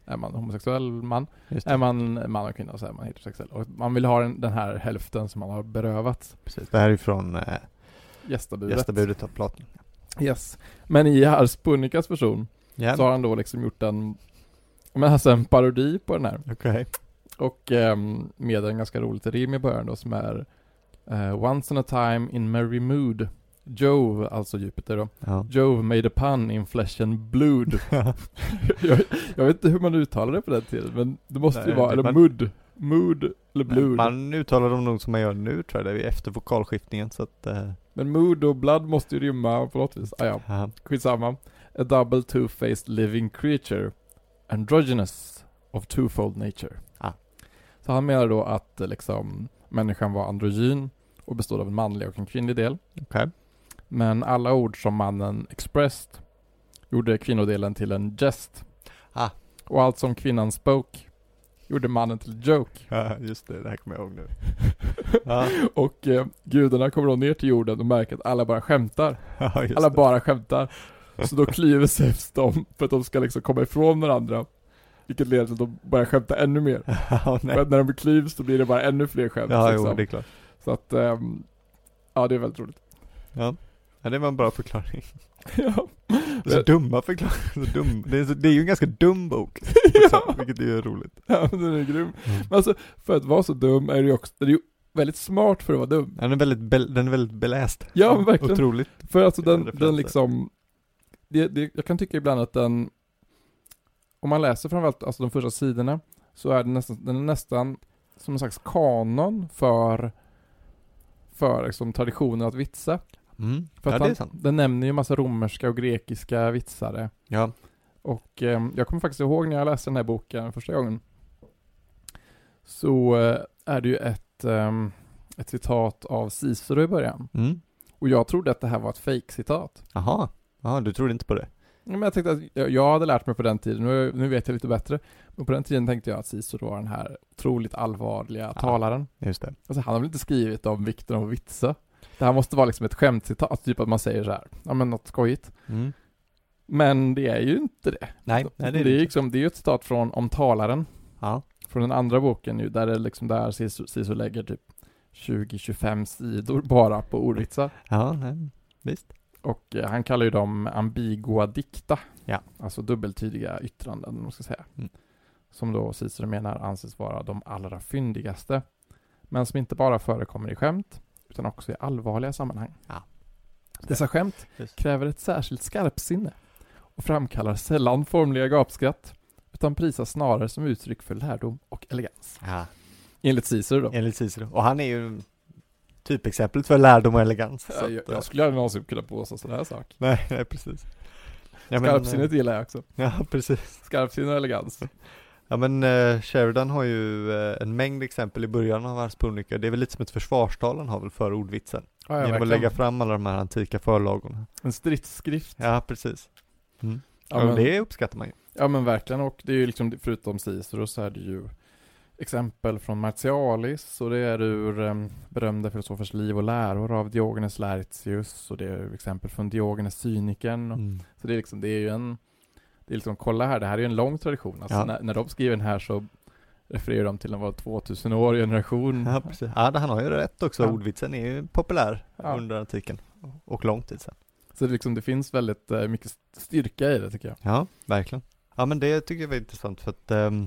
är man homosexuell man. Just det. Är man man och kvinna så är man heterosexuell. Och man vill ha den, den här hälften som man har berövat. Precis. Det här är från eh, Gästabudet. gästabudet av Platon. Yes. Men i Ars Punnikas version Ja. så har han då liksom gjort en, men alltså en parodi på den här. Okej. Okay. Och um, med en ganska roligt rim i början då som är uh, Once on a time in merry mood Jove, alltså Jupiter då. Ja. Jove made a pun in flesh and blood. jag, jag vet inte hur man uttalar det på den tiden, men det måste Nej, ju vara, eller man, mood, mood eller blood. Man uttalar dem nog som man gör nu tror jag, det är efter vokalskiftningen så att... Uh... Men mood och blood måste ju rymma på något vis. Ah, ja, ja. skitsamma. A double two-faced living creature. Androgynous of twofold nature. Ah. Så han menar då att liksom människan var androgyn och bestod av en manlig och en kvinnlig del. Okay. Men alla ord som mannen expressed gjorde kvinnodelen till en jest. Ah. Och allt som kvinnan spoke gjorde mannen till joke. Ja, just det. Det här kommer jag ihåg nu. Ja. Och eh, gudarna kommer då ner till jorden och märker att alla bara skämtar. Ja, just alla det. bara skämtar. Så då klyver sig de för att de ska liksom komma ifrån varandra. Vilket leder till att de börjar skämta ännu mer. Ja, nej. För att när de klyvs så blir det bara ännu fler skämt. Ja, liksom. jo, det är klart. Så att, um, ja det är väldigt roligt. Ja, ja det var en bra förklaring. Ja. Så dumma förklaringar. Så dum. Det, är så, det är ju en ganska dum bok. Ja. Vilket är ju roligt. Ja, den är grym. Mm. Men alltså, för att vara så dum är det ju också, det är ju väldigt smart för att vara dum. Den är väldigt, be, den är väldigt beläst. Ja, men verkligen. Otroligt. För alltså den, referenser. den liksom, det, det, jag kan tycka ibland att den, om man läser framförallt alltså de första sidorna, så är den nästan, den är nästan som en slags kanon för, för liksom traditionen att vitsa. Mm. För Ja, att det är han, sant. den nämner ju massa romerska och grekiska vitsare. Ja. Och eh, jag kommer faktiskt ihåg när jag läste den här boken första gången. Så eh, är det ju ett, eh, ett citat av Cicero i början. Mm. Och jag trodde att det här var ett fake-citat. Jaha. Ja, du trodde inte på det? Men jag tänkte att jag, jag hade lärt mig på den tiden. Nu, nu vet jag lite bättre. Men på den tiden tänkte jag att Cicero var den här otroligt allvarliga Ja, talaren. Just det. Alltså han har väl inte skrivit om vikten av att vitsa. Det här måste vara liksom ett skämtcitat. Typ att man säger så här. Ja men något skojigt. Mm. Men det är ju inte det. Nej, nej, det är det är det liksom, det är ju ett citat från om talaren. Ja. Från den andra boken ju, där det liksom där Cicero lägger typ tjugo till tjugofem sidor bara på ordvitsar. Ja, nej. Visst. Och eh, han kallar ju dem ambigua dicta. Ja. Alltså dubbeltydiga yttranden, man ska säga. Mm. Som då Cicero menar anses vara de allra fyndigaste. Men som inte bara förekommer i skämt, utan också i allvarliga sammanhang. Ja. Dessa skämt Just. kräver ett särskilt skarpsinne och framkallar sällan formliga gapskratt, utan prisas snarare som uttryck för lärdom och elegans. Ja. Enligt Cicero då. Enligt Cicero. Och han är ju typexemplet för lärdom och elegans. Ja, så jag, att, jag skulle aldrig någonsin kunna påstå sådana här sak. Nej, nej, precis. Ja, men, Skarpsinnet gillar jag också. Ja, precis. Skarpsinne och elegans. Ja, men uh, Sheridan har ju uh, en mängd exempel i början av Ars Punica. Det är väl lite som ett försvarstal han har väl för ordvitsen. Ja, ja, Genom att verkligen. lägga fram alla de här antika förlagorna. En stridsskrift. Ja, precis. Mm. Ja, Ja, men, det uppskattar man ju. ja men verkligen, och det är ju liksom, förutom Cicero så är det ju exempel från Martialis, och det är ur um, berömda filosofers liv och läror av Diogenes Laertius, och det är exempel från Diogenes Cynikern. Och, Mm. så det är liksom, det är ju en, det är liksom, kolla här, det här är ju en lång tradition. Alltså Ja. när, när de skriver den här så refererar de till en var tvåtusen år generation. Ja, precis. Ja, det, han har ju rätt också. Ja. Ordvitsen är ju populär Ja. under antiken och lång tid sedan. Så det, liksom, det finns väldigt uh, mycket styrka i det, tycker jag. Ja, verkligen. Ja, men det tycker jag var intressant för att um,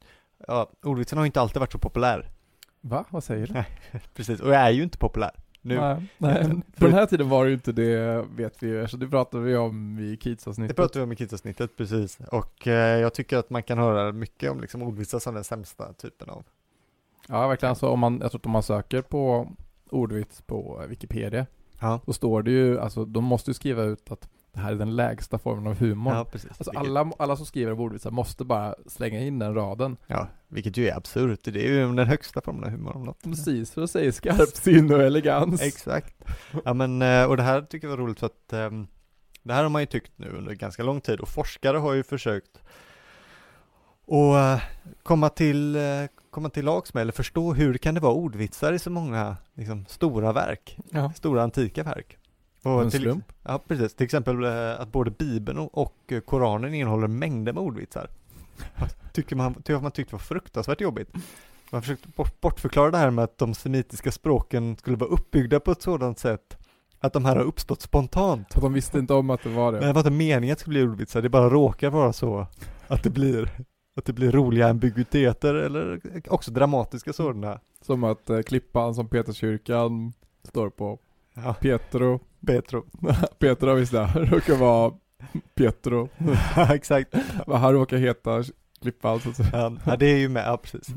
ja, ordvitsen har ju inte alltid varit så populär. Va? Vad säger du? Nej, precis. Och jag är ju inte populär. Nu, Nej, nej. På den här tiden var det ju inte det, vet vi ju. Så det pratade vi om i Kids-avsnittet. det pratade vi om i Kids-avsnittet, precis. Och eh, jag tycker att man kan höra mycket om liksom, ordvitsar som den sämsta typen av. Ja, verkligen. Så om man, jag tror att om man söker på ordvits på Wikipedia, Ja, så står det ju, alltså de måste ju skriva ut att det här är den lägsta formen av humor. ja precis. Alltså vilket, alla, alla som skriver om ordvitsar måste bara slänga in den raden. ja, vilket ju är absurt. Det är ju den högsta formen av humor om något. Precis, för att säga skarpsinne och elegans. Exakt. Ja, men, eh, och det här tycker jag var roligt för att um, det här har man ju tyckt nu under ganska lång tid, och forskare har ju försökt att uh, komma till uh, komma till lags med, eller förstå hur kan det vara ordvitsar i så många liksom, stora verk, Ja. stora antika verk. Och en till, slump. Ja, precis. Till exempel uh, att både Bibeln och, och Koranen innehåller mängder med ordvitsar. tycker man, tycker man tyckte var fruktansvärt jobbigt. Man försökte bort, bortförklara det här med att de semitiska språken skulle vara uppbyggda på ett sådant sätt att de här har uppstått spontant. Och de visste inte om att det var det. Men det var inte meningen att det skulle bli ordvitsar, det bara råkar vara så att det blir, att det blir roliga ambiguiteter eller också dramatiska sådana. Som att eh, klippan som Peterskyrkan står på. Ja. Petro. Petro. Petro visst det. Råkar vara Petro. Ja, exakt. Vad han råkar heta klippan. Så. Ja, ja, det är ju med, ja, precis.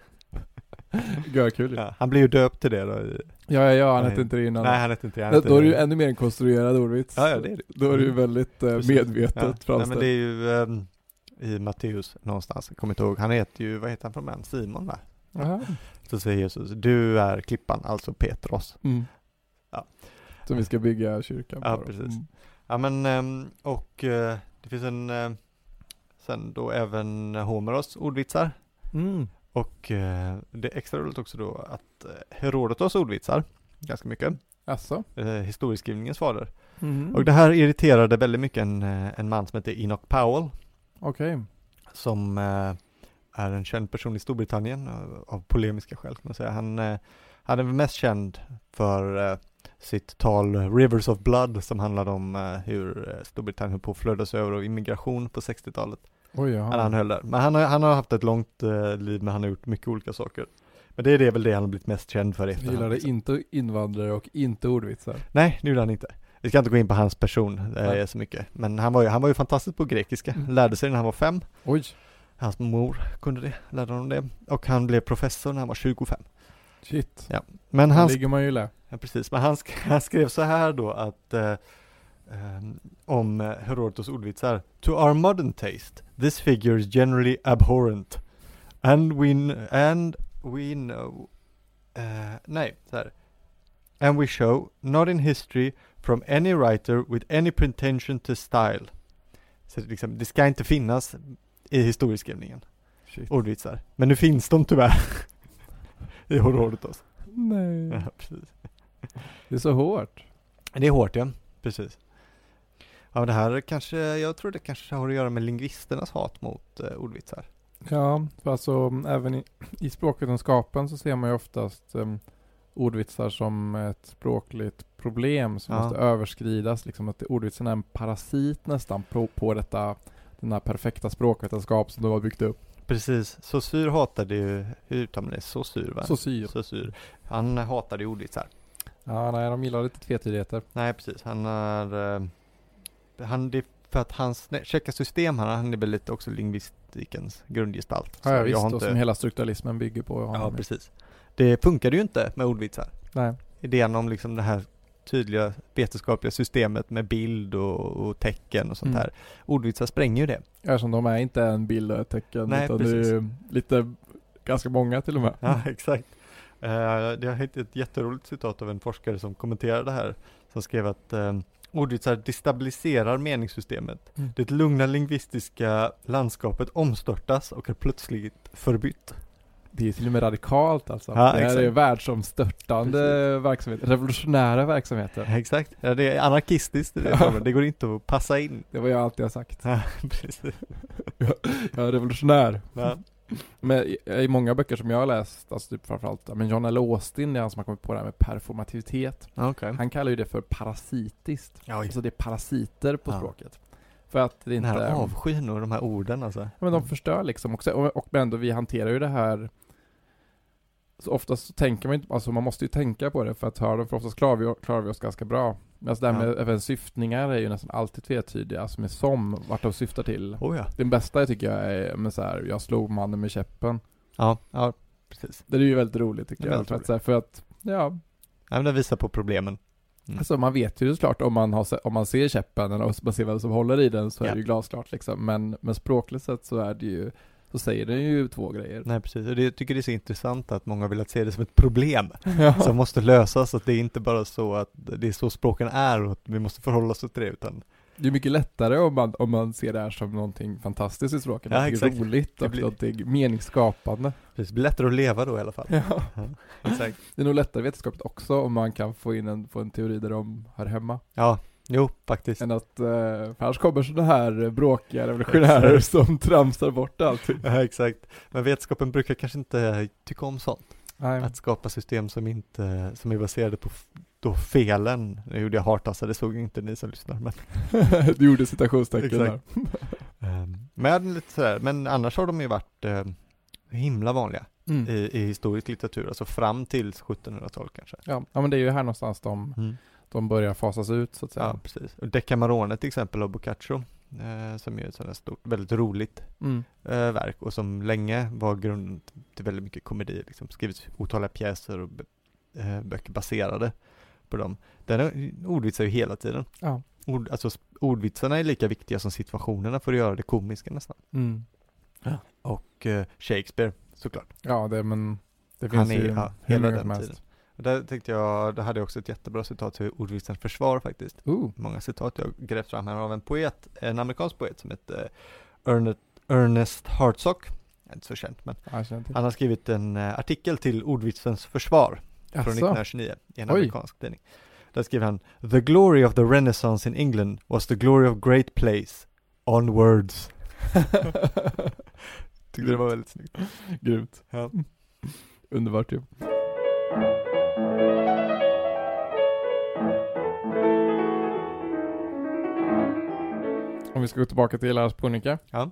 Gör kul. Ja, han blir ju döpt till det då. I, Ja, ja, ja, han nej. hette inte det innan. Nej, han hette inte det. Han Då, hette då är det det. ju ännu mer en konstruerad ordvits. Ja, ja, det är det. Då är det ju väldigt eh, medvetet ja. Nej, framställt. men det är ju um, i Matteus någonstans, jag kommer inte ihåg. Han heter ju, vad heter han från början? Simon, va? Aha. Så säger Jesus, du är klippan, alltså Petros. Mm. Ja. Som vi ska bygga kyrkan Ja, på. precis. Mm. Ja, men um, och uh, det finns en uh, sen då även Homeros ordvitsar. Mm. Och uh, det är extra roligt också då att uh, Herodotos ordvitsar ganska mycket. Asså? Uh, historieskrivningens fader. Mm. Och det här irriterade väldigt mycket en, uh, en man som heter Enoch Powell. Okej. Okay. Som uh, är en känd person i Storbritannien uh, av polemiska skäl kan man säga. Han, uh, han är mest känd för uh, sitt tal Rivers of Blood som handlade om uh, hur uh, Storbritannien höll på att flödas över av immigration på sextiotalet. Oj, ja. Han höll där. Men han har, han har haft ett långt uh, liv, men han har gjort mycket olika saker. Men det är det väl det han har blivit mest känd för efter. Jag gillade inte invandrare och inte ordvitsar. Nej, det gjorde han inte. Vi ska inte gå in på hans person eh, så mycket. Men han var ju, han var ju fantastisk på grekiska. Mm. Lärde sig när han var fem. Oj. Hans mor kunde det, lärde honom det. Och han blev professor när han var tjugofem. Shit. Ja. Men han, ligger man ju lä. ja, precis. Men han, sk- han skrev så här då att eh, um, om Herodotos ordvitsar. To our modern taste, this figure is generally abhorrent. And we, kn- and we know... Uh, nej, så här. And we show, not in history, from any writer with any pretension to style. Så det, liksom, det ska inte finnas i historieskrivningen. Shit. Ordvitsar. Men nu finns de tyvärr i Herodotos. Nej. Ja, precis. Det är så hårt. Det är hårt, ja. Precis. Ja, det här kanske, jag tror det kanske har att göra med lingvisternas hat mot uh, ordvitsar. Ja, för alltså även i, i språkvetenskapen så ser man ju oftast um, ordvitsar som ett språkligt problem som Ja. måste överskridas. Liksom att ordvitsen är en parasit nästan på, på detta, den här perfekta språkvetenskap som de har byggt upp. Precis. Saussure hatade ju, hur uttalar man det? Saussure, va? Saussure. Saussure. Han hatade ju ordvitsar. Ja, nej, de gillar lite tvetydigheter. Nej, precis. Han är... Uh, han, det, för att hans checka system, han, han är väl lite också lingvistikens grundgestalt. Ja, ja jag visst. har Och inte, som hela strukturalismen bygger på. ja, precis. Det funkade ju inte med ordvitsar. Nej. Idén om liksom det här tydliga vetenskapliga systemet med bild och, och tecken och sånt Mm. här. Ordvitsar spränger ju det. Ja, som de är inte en bild och ett tecken. Nej, utan precis. det är lite, ganska många till och med. Ja, exakt. Uh, det har hittat ett jätteroligt citat av en forskare som kommenterade det här. Som skrev att uh, ordvitsar destabiliserar meningssystemet. Mm. Det lugna lingvistiska landskapet omstörtas och är plötsligt förbytt. Det är till och med radikalt alltså. Ja, det här exakt. är världsomstörtande verksamheter, revolutionära verksamheter. Exakt. Ja, det är anarkistiskt. Det, Ja. det går inte att passa in. Det var jag alltid har sagt. Ja, precis. Jag är revolutionär. Ja. Men i, i många böcker som jag har läst, alltså typ framförallt, men John L. Austin, det är han som har kommit på det här med performativitet. Okay. Han kallar ju det för parasitiskt. Oj. Alltså det är parasiter på Ja. språket. För att det Den inte... här avskyn och de här orden alltså. Ja, men de förstör liksom också. Och, och ändå vi hanterar ju det här. Så oftast så tänker man inte, alltså man måste ju tänka på det för att höra dem, för oftast klarar vi, klarar vi oss ganska bra. Men alltså det här med Ja. även syftningar är ju nästan alltid tvetydiga, alltså med som, vart de syftar till. Oh ja. Den bästa tycker jag är med så här, jag slog mannen med käppen. Ja, ja, precis. Det är ju väldigt roligt tycker Det är jag. väldigt För att, så här, för att, ja, Ja, men det visar på problemen. Mm. alltså man vet ju såklart om man, har, se- om man ser käppen och man ser vem som håller i den så Ja. är det ju glasklart liksom. Men, men språkligt sett så är det ju, så säger den ju två grejer. Nej, precis. Och det, jag tycker det är så intressant att många vill att se det som ett problem Ja. som måste lösas. Att det är inte bara så att det är så språken är och att vi måste förhålla oss till det, utan Det är mycket lättare om man, om man ser det här som någonting fantastiskt i språket. Ja, någonting exakt. roligt Det och blir- någonting meningsskapande. det blir lättare att leva då i alla fall. Ja. Ja, exakt. Det är nog lättare vetenskapligt också om man kan få in en, få en teori där de hör hemma. Ja, Jo, faktiskt. Än att eh, för annars kommer sådana här bråkiga revolutionärer som tramsar bort allting. Ja, exakt. Men vetenskapen brukar kanske inte tycka om sånt. Nej. Att skapa system som inte som är baserade på f- då felen. Nu gjorde jag hartassar, det såg inte ni som lyssnar. Men, Du gjorde citationstecken där. um, men, lite sådär, men annars har de ju varit um, himla vanliga Mm. i, i historisk litteratur. Alltså fram till sjuttonhundratal kanske. Ja. ja, men det är ju här någonstans de, Mm. de börjar fasas ut så att säga. Ja, precis. Och Decamerone till exempel av Boccaccio. Eh, som är ett sådant stort, väldigt roligt Mm. eh, verk. Och som länge var grunden till väldigt mycket komedi. Liksom, skrivits otaliga pjäser och b- eh, böcker baserade på dem. Den är, ordvitsar ju hela tiden. Ja. Ord, alltså sp- ordvitsarna är lika viktiga som situationerna för att göra det komiska nästan. Mm. Och eh, Shakespeare såklart. Ja, det, men det finns Han är ju ja, hur hela många den som helst. tiden. Och där tänkte jag, där hade jag också ett jättebra citat till ordvitsarens försvar faktiskt. Ooh. Många citat jag grävt fram här av en poet, en amerikansk poet som heter Ernest, Ernest Hartsock. Inte så känt, men Ja, jag känner till. han har skrivit en uh, artikel till ordvitsens försvar Jaså? från nittonhundratjugonio i en Oj. amerikansk tidning. Där skriver han: "The glory of the Renaissance in England was the glory of great plays on words." Tyckte det var väldigt snyggt. Grymt. Ja. Underbart ju. Om vi ska gå tillbaka till Ars Punica. Ja.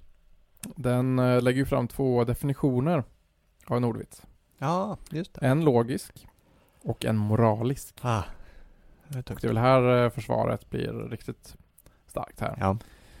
Den eh, lägger ju fram två definitioner av en ordvits. Ja, just det. En logisk och en moralisk. Ah. Och det är väl här eh, försvaret blir riktigt starkt här. Ja.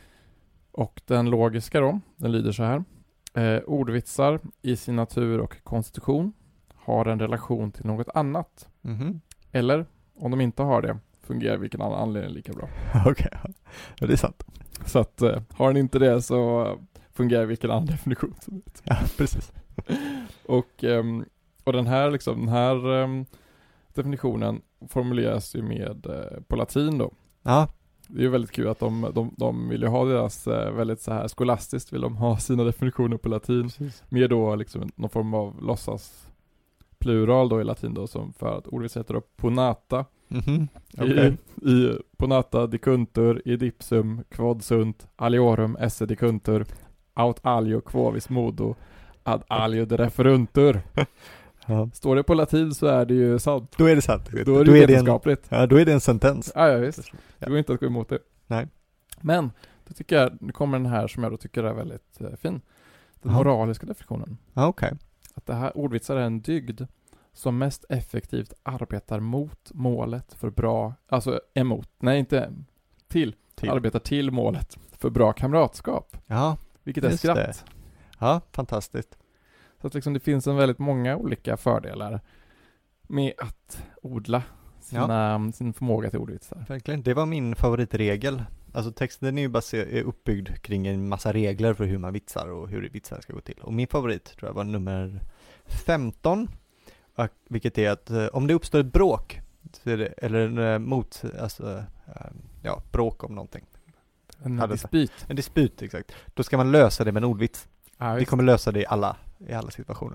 Och den logiska då, den lyder så här. Eh, ordvitsar i sin natur och konstitution har en relation till något annat. Mhm. Eller, om de inte har det, fungerar vilken annan anledning lika bra. Okej. Ja, det är sant. Så att eh, har den inte det så fungerar vilken annan definition som helst. Ja, precis. Och, ehm, och den här, liksom, den här ehm, definitionen formuleras ju med eh, på latin då. Ja. Det är ju väldigt kul att de, de, de vill ju ha deras eh, väldigt så här skolastiskt vill de ha sina definitioner på latin. Precis. Med då liksom någon form av låtsas plural då i latin då, som för att ordet heter då ponata. Mhm. Okej. I, i ponata dicuntur i dipsum quod sunt aliorum esse dicuntur aut alio quovis modo ad alio de referuntur. Ja. Står det på latin så är det ju sant. Då är det sant. Då är det, då är det en, vetenskapligt. ja, då är det en sentens. Ja, ja, visst. Ja. Det går inte att gå emot det. Nej. Men, då tycker jag, nu kommer den här som jag då tycker är väldigt eh, fin. Den Ja. moraliska definitionen. Ja, okej. Att det här ordvitsar är en dygd som mest effektivt arbetar mot målet för bra, alltså emot, nej inte till, Till. arbetar till målet för bra kamratskap. Ja, Vilket är Just skratt. det. ja, fantastiskt. Så att liksom det finns en väldigt många olika fördelar med att odla sina, sin förmåga till ordvitsar. Verkligen. Det var min favoritregel. Alltså texten är ju baser- är uppbyggd kring en massa regler för hur man vitsar och hur vitsar ska gå till. Och min favorit tror jag var nummer femton. Och, vilket är att eh, om det uppstår ett bråk, så är det, eller en eh, mot, alltså, eh, ja, bråk om någonting. En Hade- dispyt. En dispyt, exakt. Då ska man lösa det med en ordvits. Ja, Vi visst. kommer lösa det i alla, i alla situationer.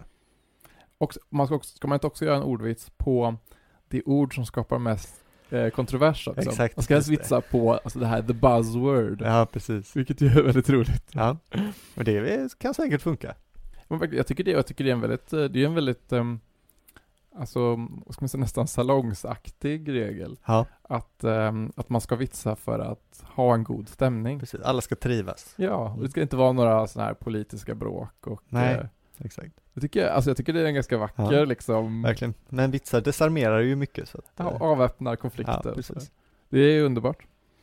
Och man ska, också, ska man inte också göra en ordvits på det ord som skapar mest eh, kontrovers också? Exakt, Man ska helst just det. vitsa på alltså det här the buzzword. Ja, precis. Vilket ju är väldigt roligt. Ja, och det kan säkert funka. Men verkligen, jag tycker det, jag tycker det är en väldigt, eh, det är en väldigt, um, alltså, vad ska man säga, nästan salongsaktig regel. Ja, Att, um, att man ska vitsa för att ha en god stämning. precis. Alla ska trivas. Ja, och det ska inte vara några sådana här politiska bråk och Nej. eh, Exakt. jag tycker, alltså jag tycker det är en ganska vacker Ja, liksom, Verkligen. Men vitsar desarmerar ju mycket. Så att, ja, eh, avväpnar ja, konflikter. precis. Det är underbart.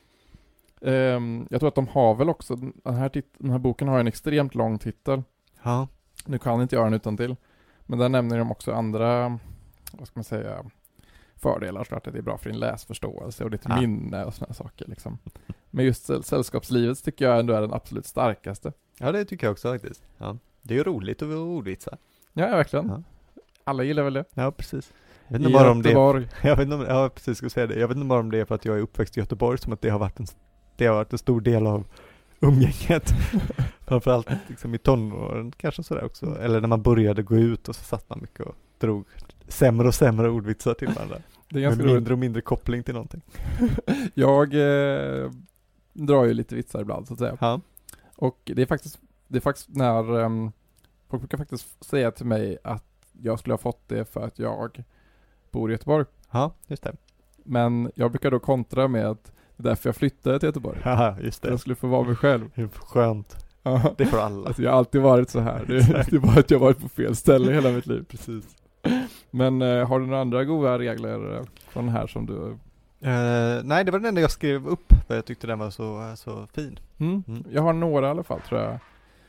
Um, jag tror att de har väl också, den här, tit- den här boken har en extremt lång titel. Ja, Nu kan inte jag den utan till. Men där nämner de också andra, vad ska man säga, fördelar. Så att det är bra för din läsförståelse och ditt Ja. minne och sådana saker. Liksom. Men just säll- sällskapslivet tycker jag ändå är den absolut starkaste. ja, det tycker jag också faktiskt. Ja. Det är ju roligt att ordvitsa. Ja, verkligen. Ja. Alla gillar väl det. Ja, precis. Jag vet I inte bara om det. Göteborg. Jag vet inte om, ja, precis ska säga det. Jag vet inte bara om det är för att jag är uppväxt i Göteborg som att det har varit en, det har varit en stor del av umgänget. Framförallt liksom i tonåren kanske sådär också. Eller när man började gå ut och så satt man mycket och drog sämre och sämre ordvitsar till varandra. Det är ganska med roligt. mindre och mindre koppling till någonting. Jag eh, drar ju lite vitsar ibland så att säga. Ja. Och det är faktiskt, det är faktiskt när um, folk brukar faktiskt säga till mig att jag skulle ha fått det för att jag bor i Göteborg. Ja, just det. Men jag brukar då kontra med att det är därför jag flyttade till Göteborg. Ja, just det. Jag skulle få vara mig själv. Det är skönt. Ja. Det får alla. Alltså jag har alltid varit så här. Det, det är bara att jag varit på fel ställe hela mitt liv. Precis. Men eh, har du några andra goda regler eh, från här som du... Uh, nej, det var den enda jag skrev upp. För jag tyckte den var så, så fin. Mm. Mm. Jag har några i alla fall tror jag.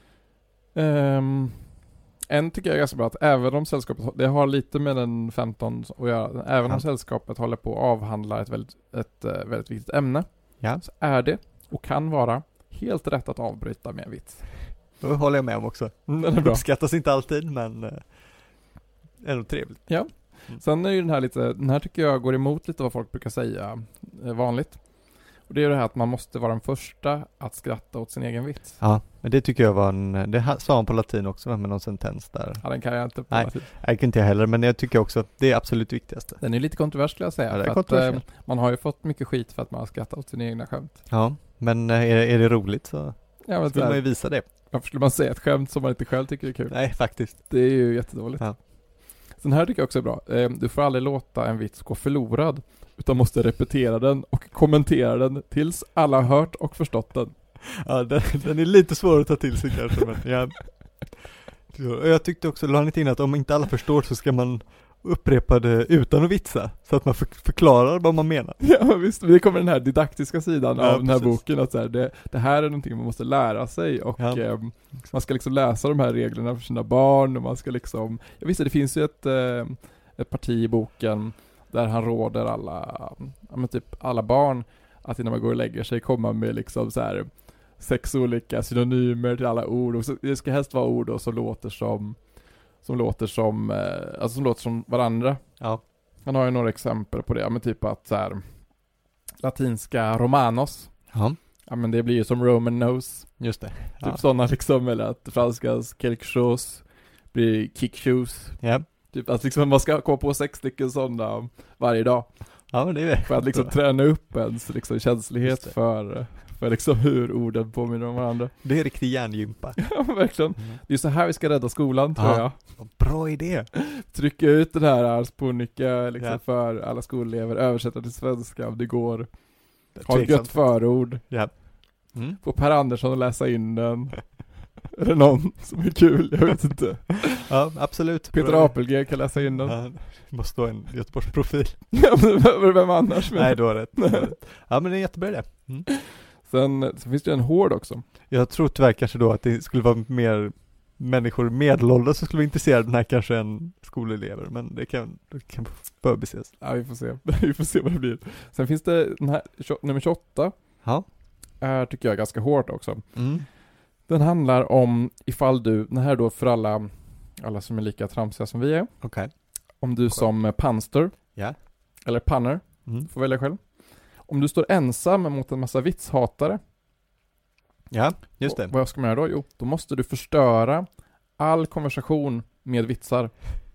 Um, en tycker jag är ganska bra att även om sällskapet, det har lite med den femton att göra, även Ja. om sällskapet håller på att avhandla ett väldigt, ett, uh, väldigt viktigt ämne, Ja. så är det och kan vara helt rätt att avbryta med en vits. Det håller jag med om också. Mm, den är Det bra. uppskattas inte alltid, men uh, ändå trevligt. Ja. Mm. Sen är ju den här lite, den här tycker jag går emot lite vad folk brukar säga eh, vanligt. Och det är ju det här att man måste vara den första att skratta åt sin egen vits. Ja, men det tycker jag var en, det ha- sa han på latin också med någon sentens där. Ja, den kan jag inte på Nej. latin. Jag kan inte jag heller, men jag tycker också att det är absolut viktigaste. Den är lite kontrovers skulle jag säga. Ja, det är för att, kontroversiell. eh, man har ju fått mycket skit för att man har skrattat åt sina egna skämt. Ja, men eh, är, är det roligt så Ja, men vill man ju visa det. varför skulle man säga ett skämt som man inte själv tycker är kul? Nej, faktiskt. Det är ju jättedåligt. Ja. Sen här tycker jag också är bra. Eh, Du får aldrig låta en vits gå förlorad, utan måste repetera den och kommentera den tills alla har hört och förstått den. Ja, den, den är lite svår att ta till sig kanske, men ja. Och jag tyckte också, la han inte in att om inte alla förstår så ska man upprepa det utan att vitsa, så att man för, förklarar vad man menar. Ja visst, det kommer den här didaktiska sidan Ja, av den här precis. boken att så här, det, det här är någonting man måste lära sig och Ja. eh, man ska liksom läsa de här reglerna för sina barn och man ska liksom, jag visste det finns ju ett, eh, ett parti i boken där han råder alla, ja men typ alla barn att innan man går och lägger sig komma med liksom så här sex olika synonymer till alla ord och så, det ska helst vara ord då som låter som som låter som eh, alltså som låter som varandra. Ja. Han har ju några exempel på det, ja, men typ att så här, latinska romanos, Ja, ja men det blir ju som Roman nose, just det. typ Ja. sådana liksom, eller att franskans quelque chose blir kick shoes, Ja. typ att liksom man ska komma på sex stycken sådana varje dag Ja, men det är det. för att liksom träna upp ens liksom känslighet Just det. för, för liksom hur orden påminner om varandra. Det är riktig hjärngympa. Ja, verkligen. Mm. Det är så här vi ska rädda skolan, tror Ja. jag. Bra idé. Trycka ut den här arspunnika liksom Ja. för alla skolelever, översätta till svenska om det går. Ha ett Tveksamt. gött förord. Ja. Mm. Få Per Andersson att läsa in den. Eller någon som är kul, jag vet inte. Ja, absolut. Peter Bra. Apelgren kan läsa in den. Ja, det måste vara en Göteborgsprofil. Ja, men vem- vem annars? Nej, du har rätt. Du har rätt. Ja, men det är jättebra det. Mm. Sen, sen finns det ju en hård också. Jag tror tyvärr kanske då att det skulle vara mer människor medelålders som skulle vara intresserade av den här kanske än skolelever, men det kan, det kan förbises. Ja, vi får se. Vi får se vad det blir. Sen finns det den här, tjo- nummer tjugoåtta. Ja. Är, tycker jag, är ganska hårt också. Mm. Den handlar om ifall du, den här är då för alla, alla som är lika tramsiga som vi är. Okej. Om du som panster, Ja. eller panner, Mm. får välja själv. Om du står ensam mot en massa vitshatare. Ja, just det. Och vad ska man göra då? Jo, då måste du förstöra all konversation med vitsar.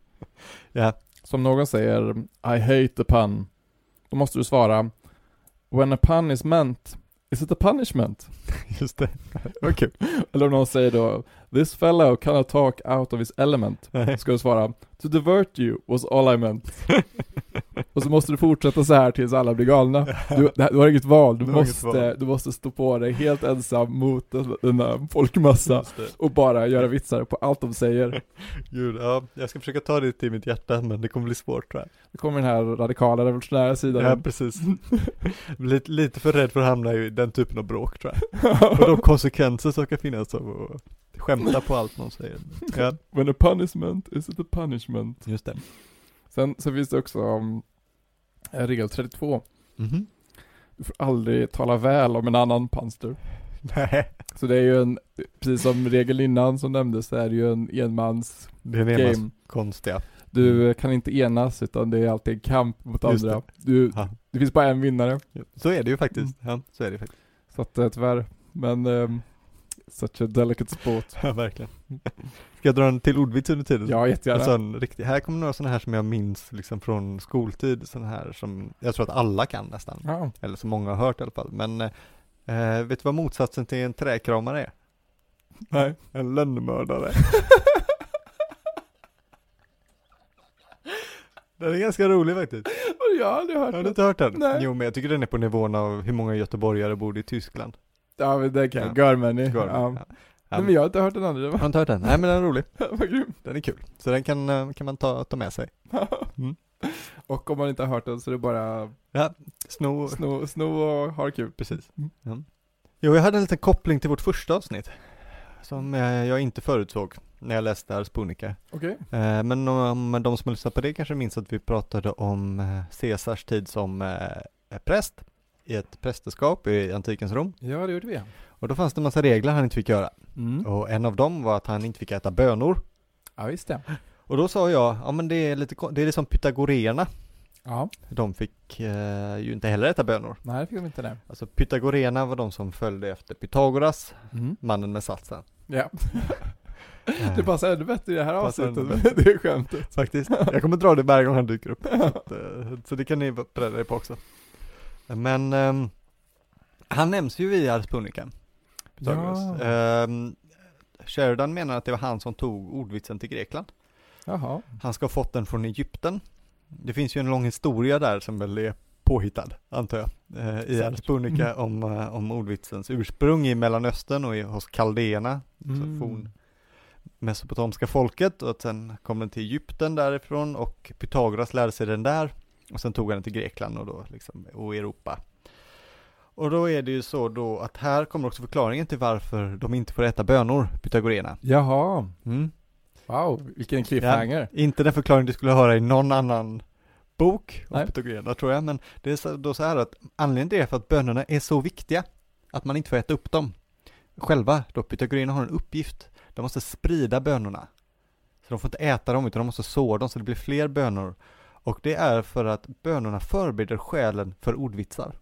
Ja. Som någon säger, I hate the pun. Då måste du svara, when a pun is meant, is it a punishment? Just det. Vad kul. Eller om någon säger då, this fellow cannot talk out of his element. Nej. Ska du svara, to divert you was all I meant. Och så måste du fortsätta så här tills alla blir galna. Du, du har inget val, du Du har inget måste, val. du måste stå på dig helt ensam mot den, den här folkmassa Just det. och bara göra vitsar på allt de säger. Gud, ja, jag ska försöka ta det till mitt hjärta, men det kommer bli svårt tror jag. Det kommer den här radikala revolutionära sidan. Ja, precis. lite, lite för rädd för att hamna i den typen av bråk tror jag. Och de konsekvenser som kan finnas av att skämta på allt någon säger. Ja, When a punishment is it a punishment. just det. Sen så finns det också um, regel trettiotvå. Mhm. Du får aldrig tala väl om en annan panster. Nej, Så det är ju en, precis som regel innan som nämndes, så är det ju en enmans det är det game. konstiga. Du Mm. kan inte enas utan det är alltid en kamp mot Just andra. Du, Ja. det finns bara en vinnare. Så är det ju faktiskt. Ja, så är det faktiskt. Så att eh, tyvärr. Men um, such a delicate sport. Ja, verkligen. Ska jag dra en till ordvits under tiden? Ja, jättegärna. En sån riktig, här kommer några sådana här som jag minns liksom från skoltid, sådana här som jag tror att alla kan nästan. Ja. Eller som många har hört i alla fall. Men eh, vet du vad motsatsen till en träkramare är? Nej. En lönnmördare. Den är ganska rolig faktiskt. Jag har aldrig hört Har du den. inte hört den? Nej. Jo, men jag tycker den är på nivån av hur många göteborgare bor i Tyskland. Ja, men det kan jag. Ja. Görmänny. Görmen, Ja. ja. Nej, men jag har inte hört den andra. Det Har var du inte hört den? Nej, men den är rolig. vad grymt. Den är kul. Så den kan, eh, kan man ta, ta med sig. Mm. Och om man inte har hört den så är det bara Ja, sno. sno, sno och ha kul. Precis. Mm. Ja. Jo, jag hade en liten koppling till vårt första avsnitt. Som eh, jag inte förutsåg när jag läste Ars Punica. Okej. Eh, men om de som lyssnar på det kanske minns att vi pratade om eh, Caesars tid som eh, präst i ett prästerskap i antikens Rom. Ja, det gjorde vi. Och då fanns det en massa regler han inte fick göra. Mm. Och en av dem var att han inte fick äta bönor. Ja, visst det. Och då sa jag, ja men det är lite ko- det är liksom pythagorerna. Ja. De fick eh, ju inte heller äta bönor. Nej, det fick de inte det. Alltså pythagorerna var de som följde efter Pythagoras, Mm. mannen med satsen. Ja. Eh, Det passar ännu bättre i det här Passar ännu avsnittet. Det är skämtet. Faktiskt. Jag kommer dra det varje gång han dyker upp. Så, att, eh, så det kan ni vara beredda på också. Men ehm, han nämns ju i Ars Punica. Pythagoras. Ja. Ehm, Sheridan menar att det var han som tog ordvitsen till Grekland. Jaha. Han ska ha fått den från Egypten. Det finns ju en lång historia där som väl är påhittad, antar jag, eh, i Ars Punica om, eh, om ordvitsens ursprung i Mellanöstern och i, hos kaldéerna, Mm. så forn mesopotamiska folket, och att sen kom den till Egypten därifrån och Pythagoras lärde sig den där och sen tog han den till Grekland och då liksom, och Europa. Och då är det ju så då att här kommer också förklaringen till varför de inte får äta bönor, pythagorerna. Jaha. Mm. Wow, vilken cliffhanger. Ja, inte den förklaring du skulle höra i någon annan bok om Nej. pythagorerna, tror jag, men det är så, då så här att anledningen till det är för att bönorna är så viktiga att man inte får äta upp dem själva. Då pythagorerna har en uppgift. De måste sprida bönorna. Så de får inte äta dem, utan de måste så dem så det blir fler bönor. Och det är för att bönorna förbereder själen för ordvitsar.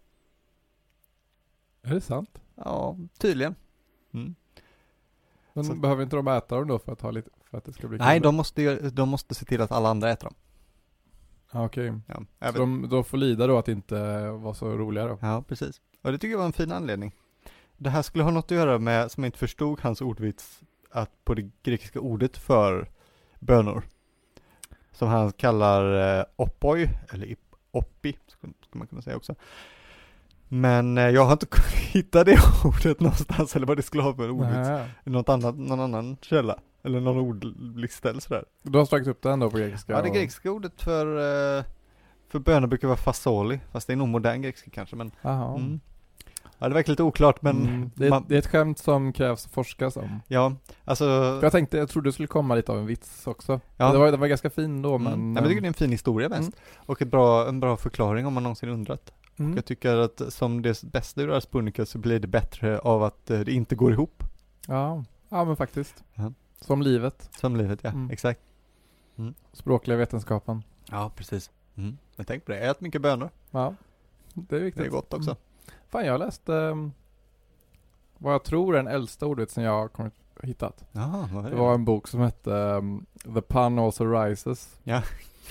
Är det sant? Ja, tydligen. Mm. Men Så- behöver inte de äta dem då för att, ha lite, för att det ska bli Nej, kul? de måste, ju- de måste se till att alla andra äter dem. Ja, okej. Ja, Så även- de, de får lida då att inte vara så roliga då? Ja, precis. Och det tycker jag var en fin anledning. Det här skulle ha något att göra med, som jag inte förstod hans ordvits, att på det grekiska ordet för bönor, som han kallar eh, oppoi, eller ip- oppi, skulle skulle man kunna säga också. Men eh, jag har inte kunnat hitta det ordet någonstans, eller vad det skulle ha för ordvits. Nej. I något annat, någon annan källa, eller någon ordlista eller sådär. Du har slagit upp den då på grekiska? Ja, det och- grekiska ordet för, eh, för bönor brukar vara fasoli, fast det är nog modern grekiska kanske, men Jaha. mm. Ja, det verkar lite oklart, men Mm. Det, är, man, det är ett skämt som krävs forskas om. ja, alltså För jag tänkte, jag trodde det skulle komma lite av en vits också. ja. Det, var, det var ganska fin då, Mm. men... Ja, men jag tycker det är en fin historia mest. Och ett bra, en bra förklaring om man någonsin undrat. mm. Jag tycker att som det bästa ur Ars Punica så blir det bättre av att eh, det inte går ihop. Ja. Ja, men faktiskt. Ja. Som livet. Som livet, ja. Mm. Exakt. Språkliga vetenskapen. Ja, precis. Mm. Jag tänker på det. Ät mycket bönor. Ja. Det är viktigt. Det är gott också. Mm. Fan, jag läste um, vad jag tror är den äldsta ordvitsen jag har kommit, hittat. Jaha, vad är Det det? var en bok som hette um, The Pun Also Rises. Ja.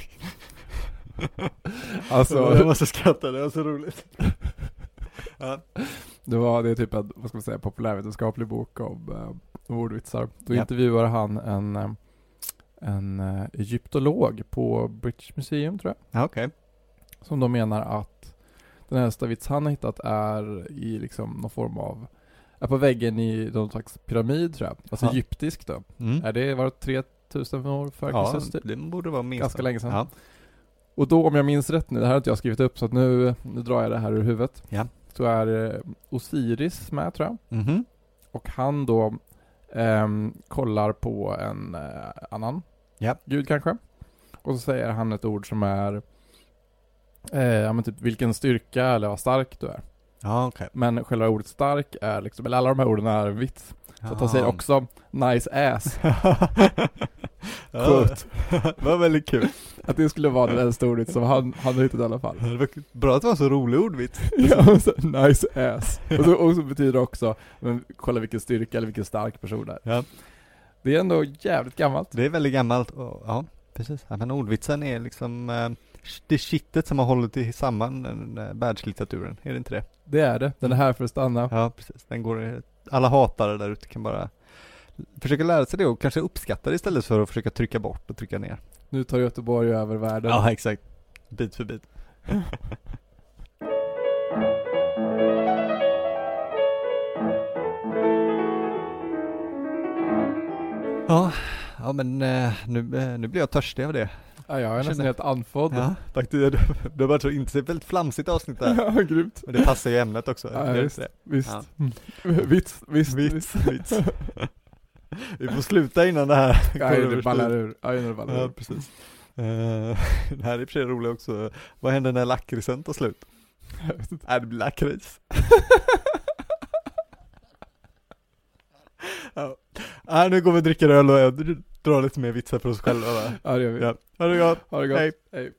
Alltså, jag måste skratta, det var så roligt. Ja. det var det är typ en, vad ska man säga, populärvetenskaplig bok om, um, om ordvitsar. Då Ja. intervjuar han en, um, en uh, egyptolog på British Museum, tror jag. Ja, okej. Som de menar att den äldsta vits han har hittat är i liksom någon form av, är på väggen i någon slags pyramid, tror jag. Alltså Ja. egyptisk då. Mm. Är det, var det tre tusen år före Ja, Kristus? typ? det borde vara minst. Ganska länge sedan. Ja. Och då, om jag minns rätt nu, det här har inte jag skrivit upp så att nu, nu drar jag det här ur huvudet. Ja. Så är eh, Osiris med, tror jag. Mhm. Och han då ehm, kollar på en eh, annan Ja. gud kanske. Och så säger han ett ord som är eh, ja, men typ vilken styrka eller vad stark du är. Ja, okej. Men själva ordet stark är liksom, eller alla de här orden är vits. Så att han säger också nice ass. Quote. Det var väldigt kul. Att det skulle vara det äldsta ordet som han, han har hittat i alla fall. Det var bra att det var så rolig ordvits. Ja, så, nice ass. Och så, och så betyder det också, men kolla vilken styrka eller vilken stark person det är. Ja. Det är ändå jävligt gammalt. Det är väldigt gammalt. Och, ja, precis. Ja, men ordvitsen är liksom eh, det kittet som har hållit i samman den eh, världslitteraturen. Är det inte det? Det är det. Den är här för att stanna. Ja, precis. Den går, alla hatare där ute kan bara försöka lära sig det och kanske uppskatta det istället för att försöka trycka bort och trycka ner. Nu tar Göteborg över världen. Ja, exakt. Bit för bit. Ja, ja men eh, nu, eh, nu blir jag törstig av det. Ja, jag är nästan Känner- helt andfådd. Ja, faktiskt. Det, det har varit så inte väldigt flamsigt avsnitt där. Ja, grymt. Men det passar ju ämnet också. Ja, Det är visst. det. Visst. Ja. Mm. Vits, visst. Vits, vits. Vi får sluta innan det här Nej, går det över ballar styr. ur. Ja, det ballar Ja, ur. precis. Uh, det här är i och för sig roligt också. Vad händer när lakritsen tar slut? Är det blir lakrits? Ja. Ja, nu går vi och dricker öl och jag drar lite mer vitsar för oss själva. Va? Ja, det gör vi. Ja. Ha det gott. Ha det gott. Hej. Hej.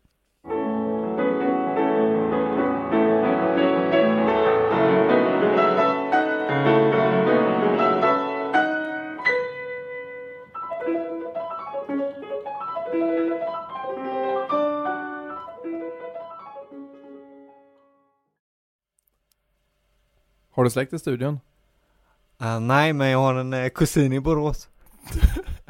Har du släkt i studion? Uh, nej, men jag har en uh, kusin i Borås.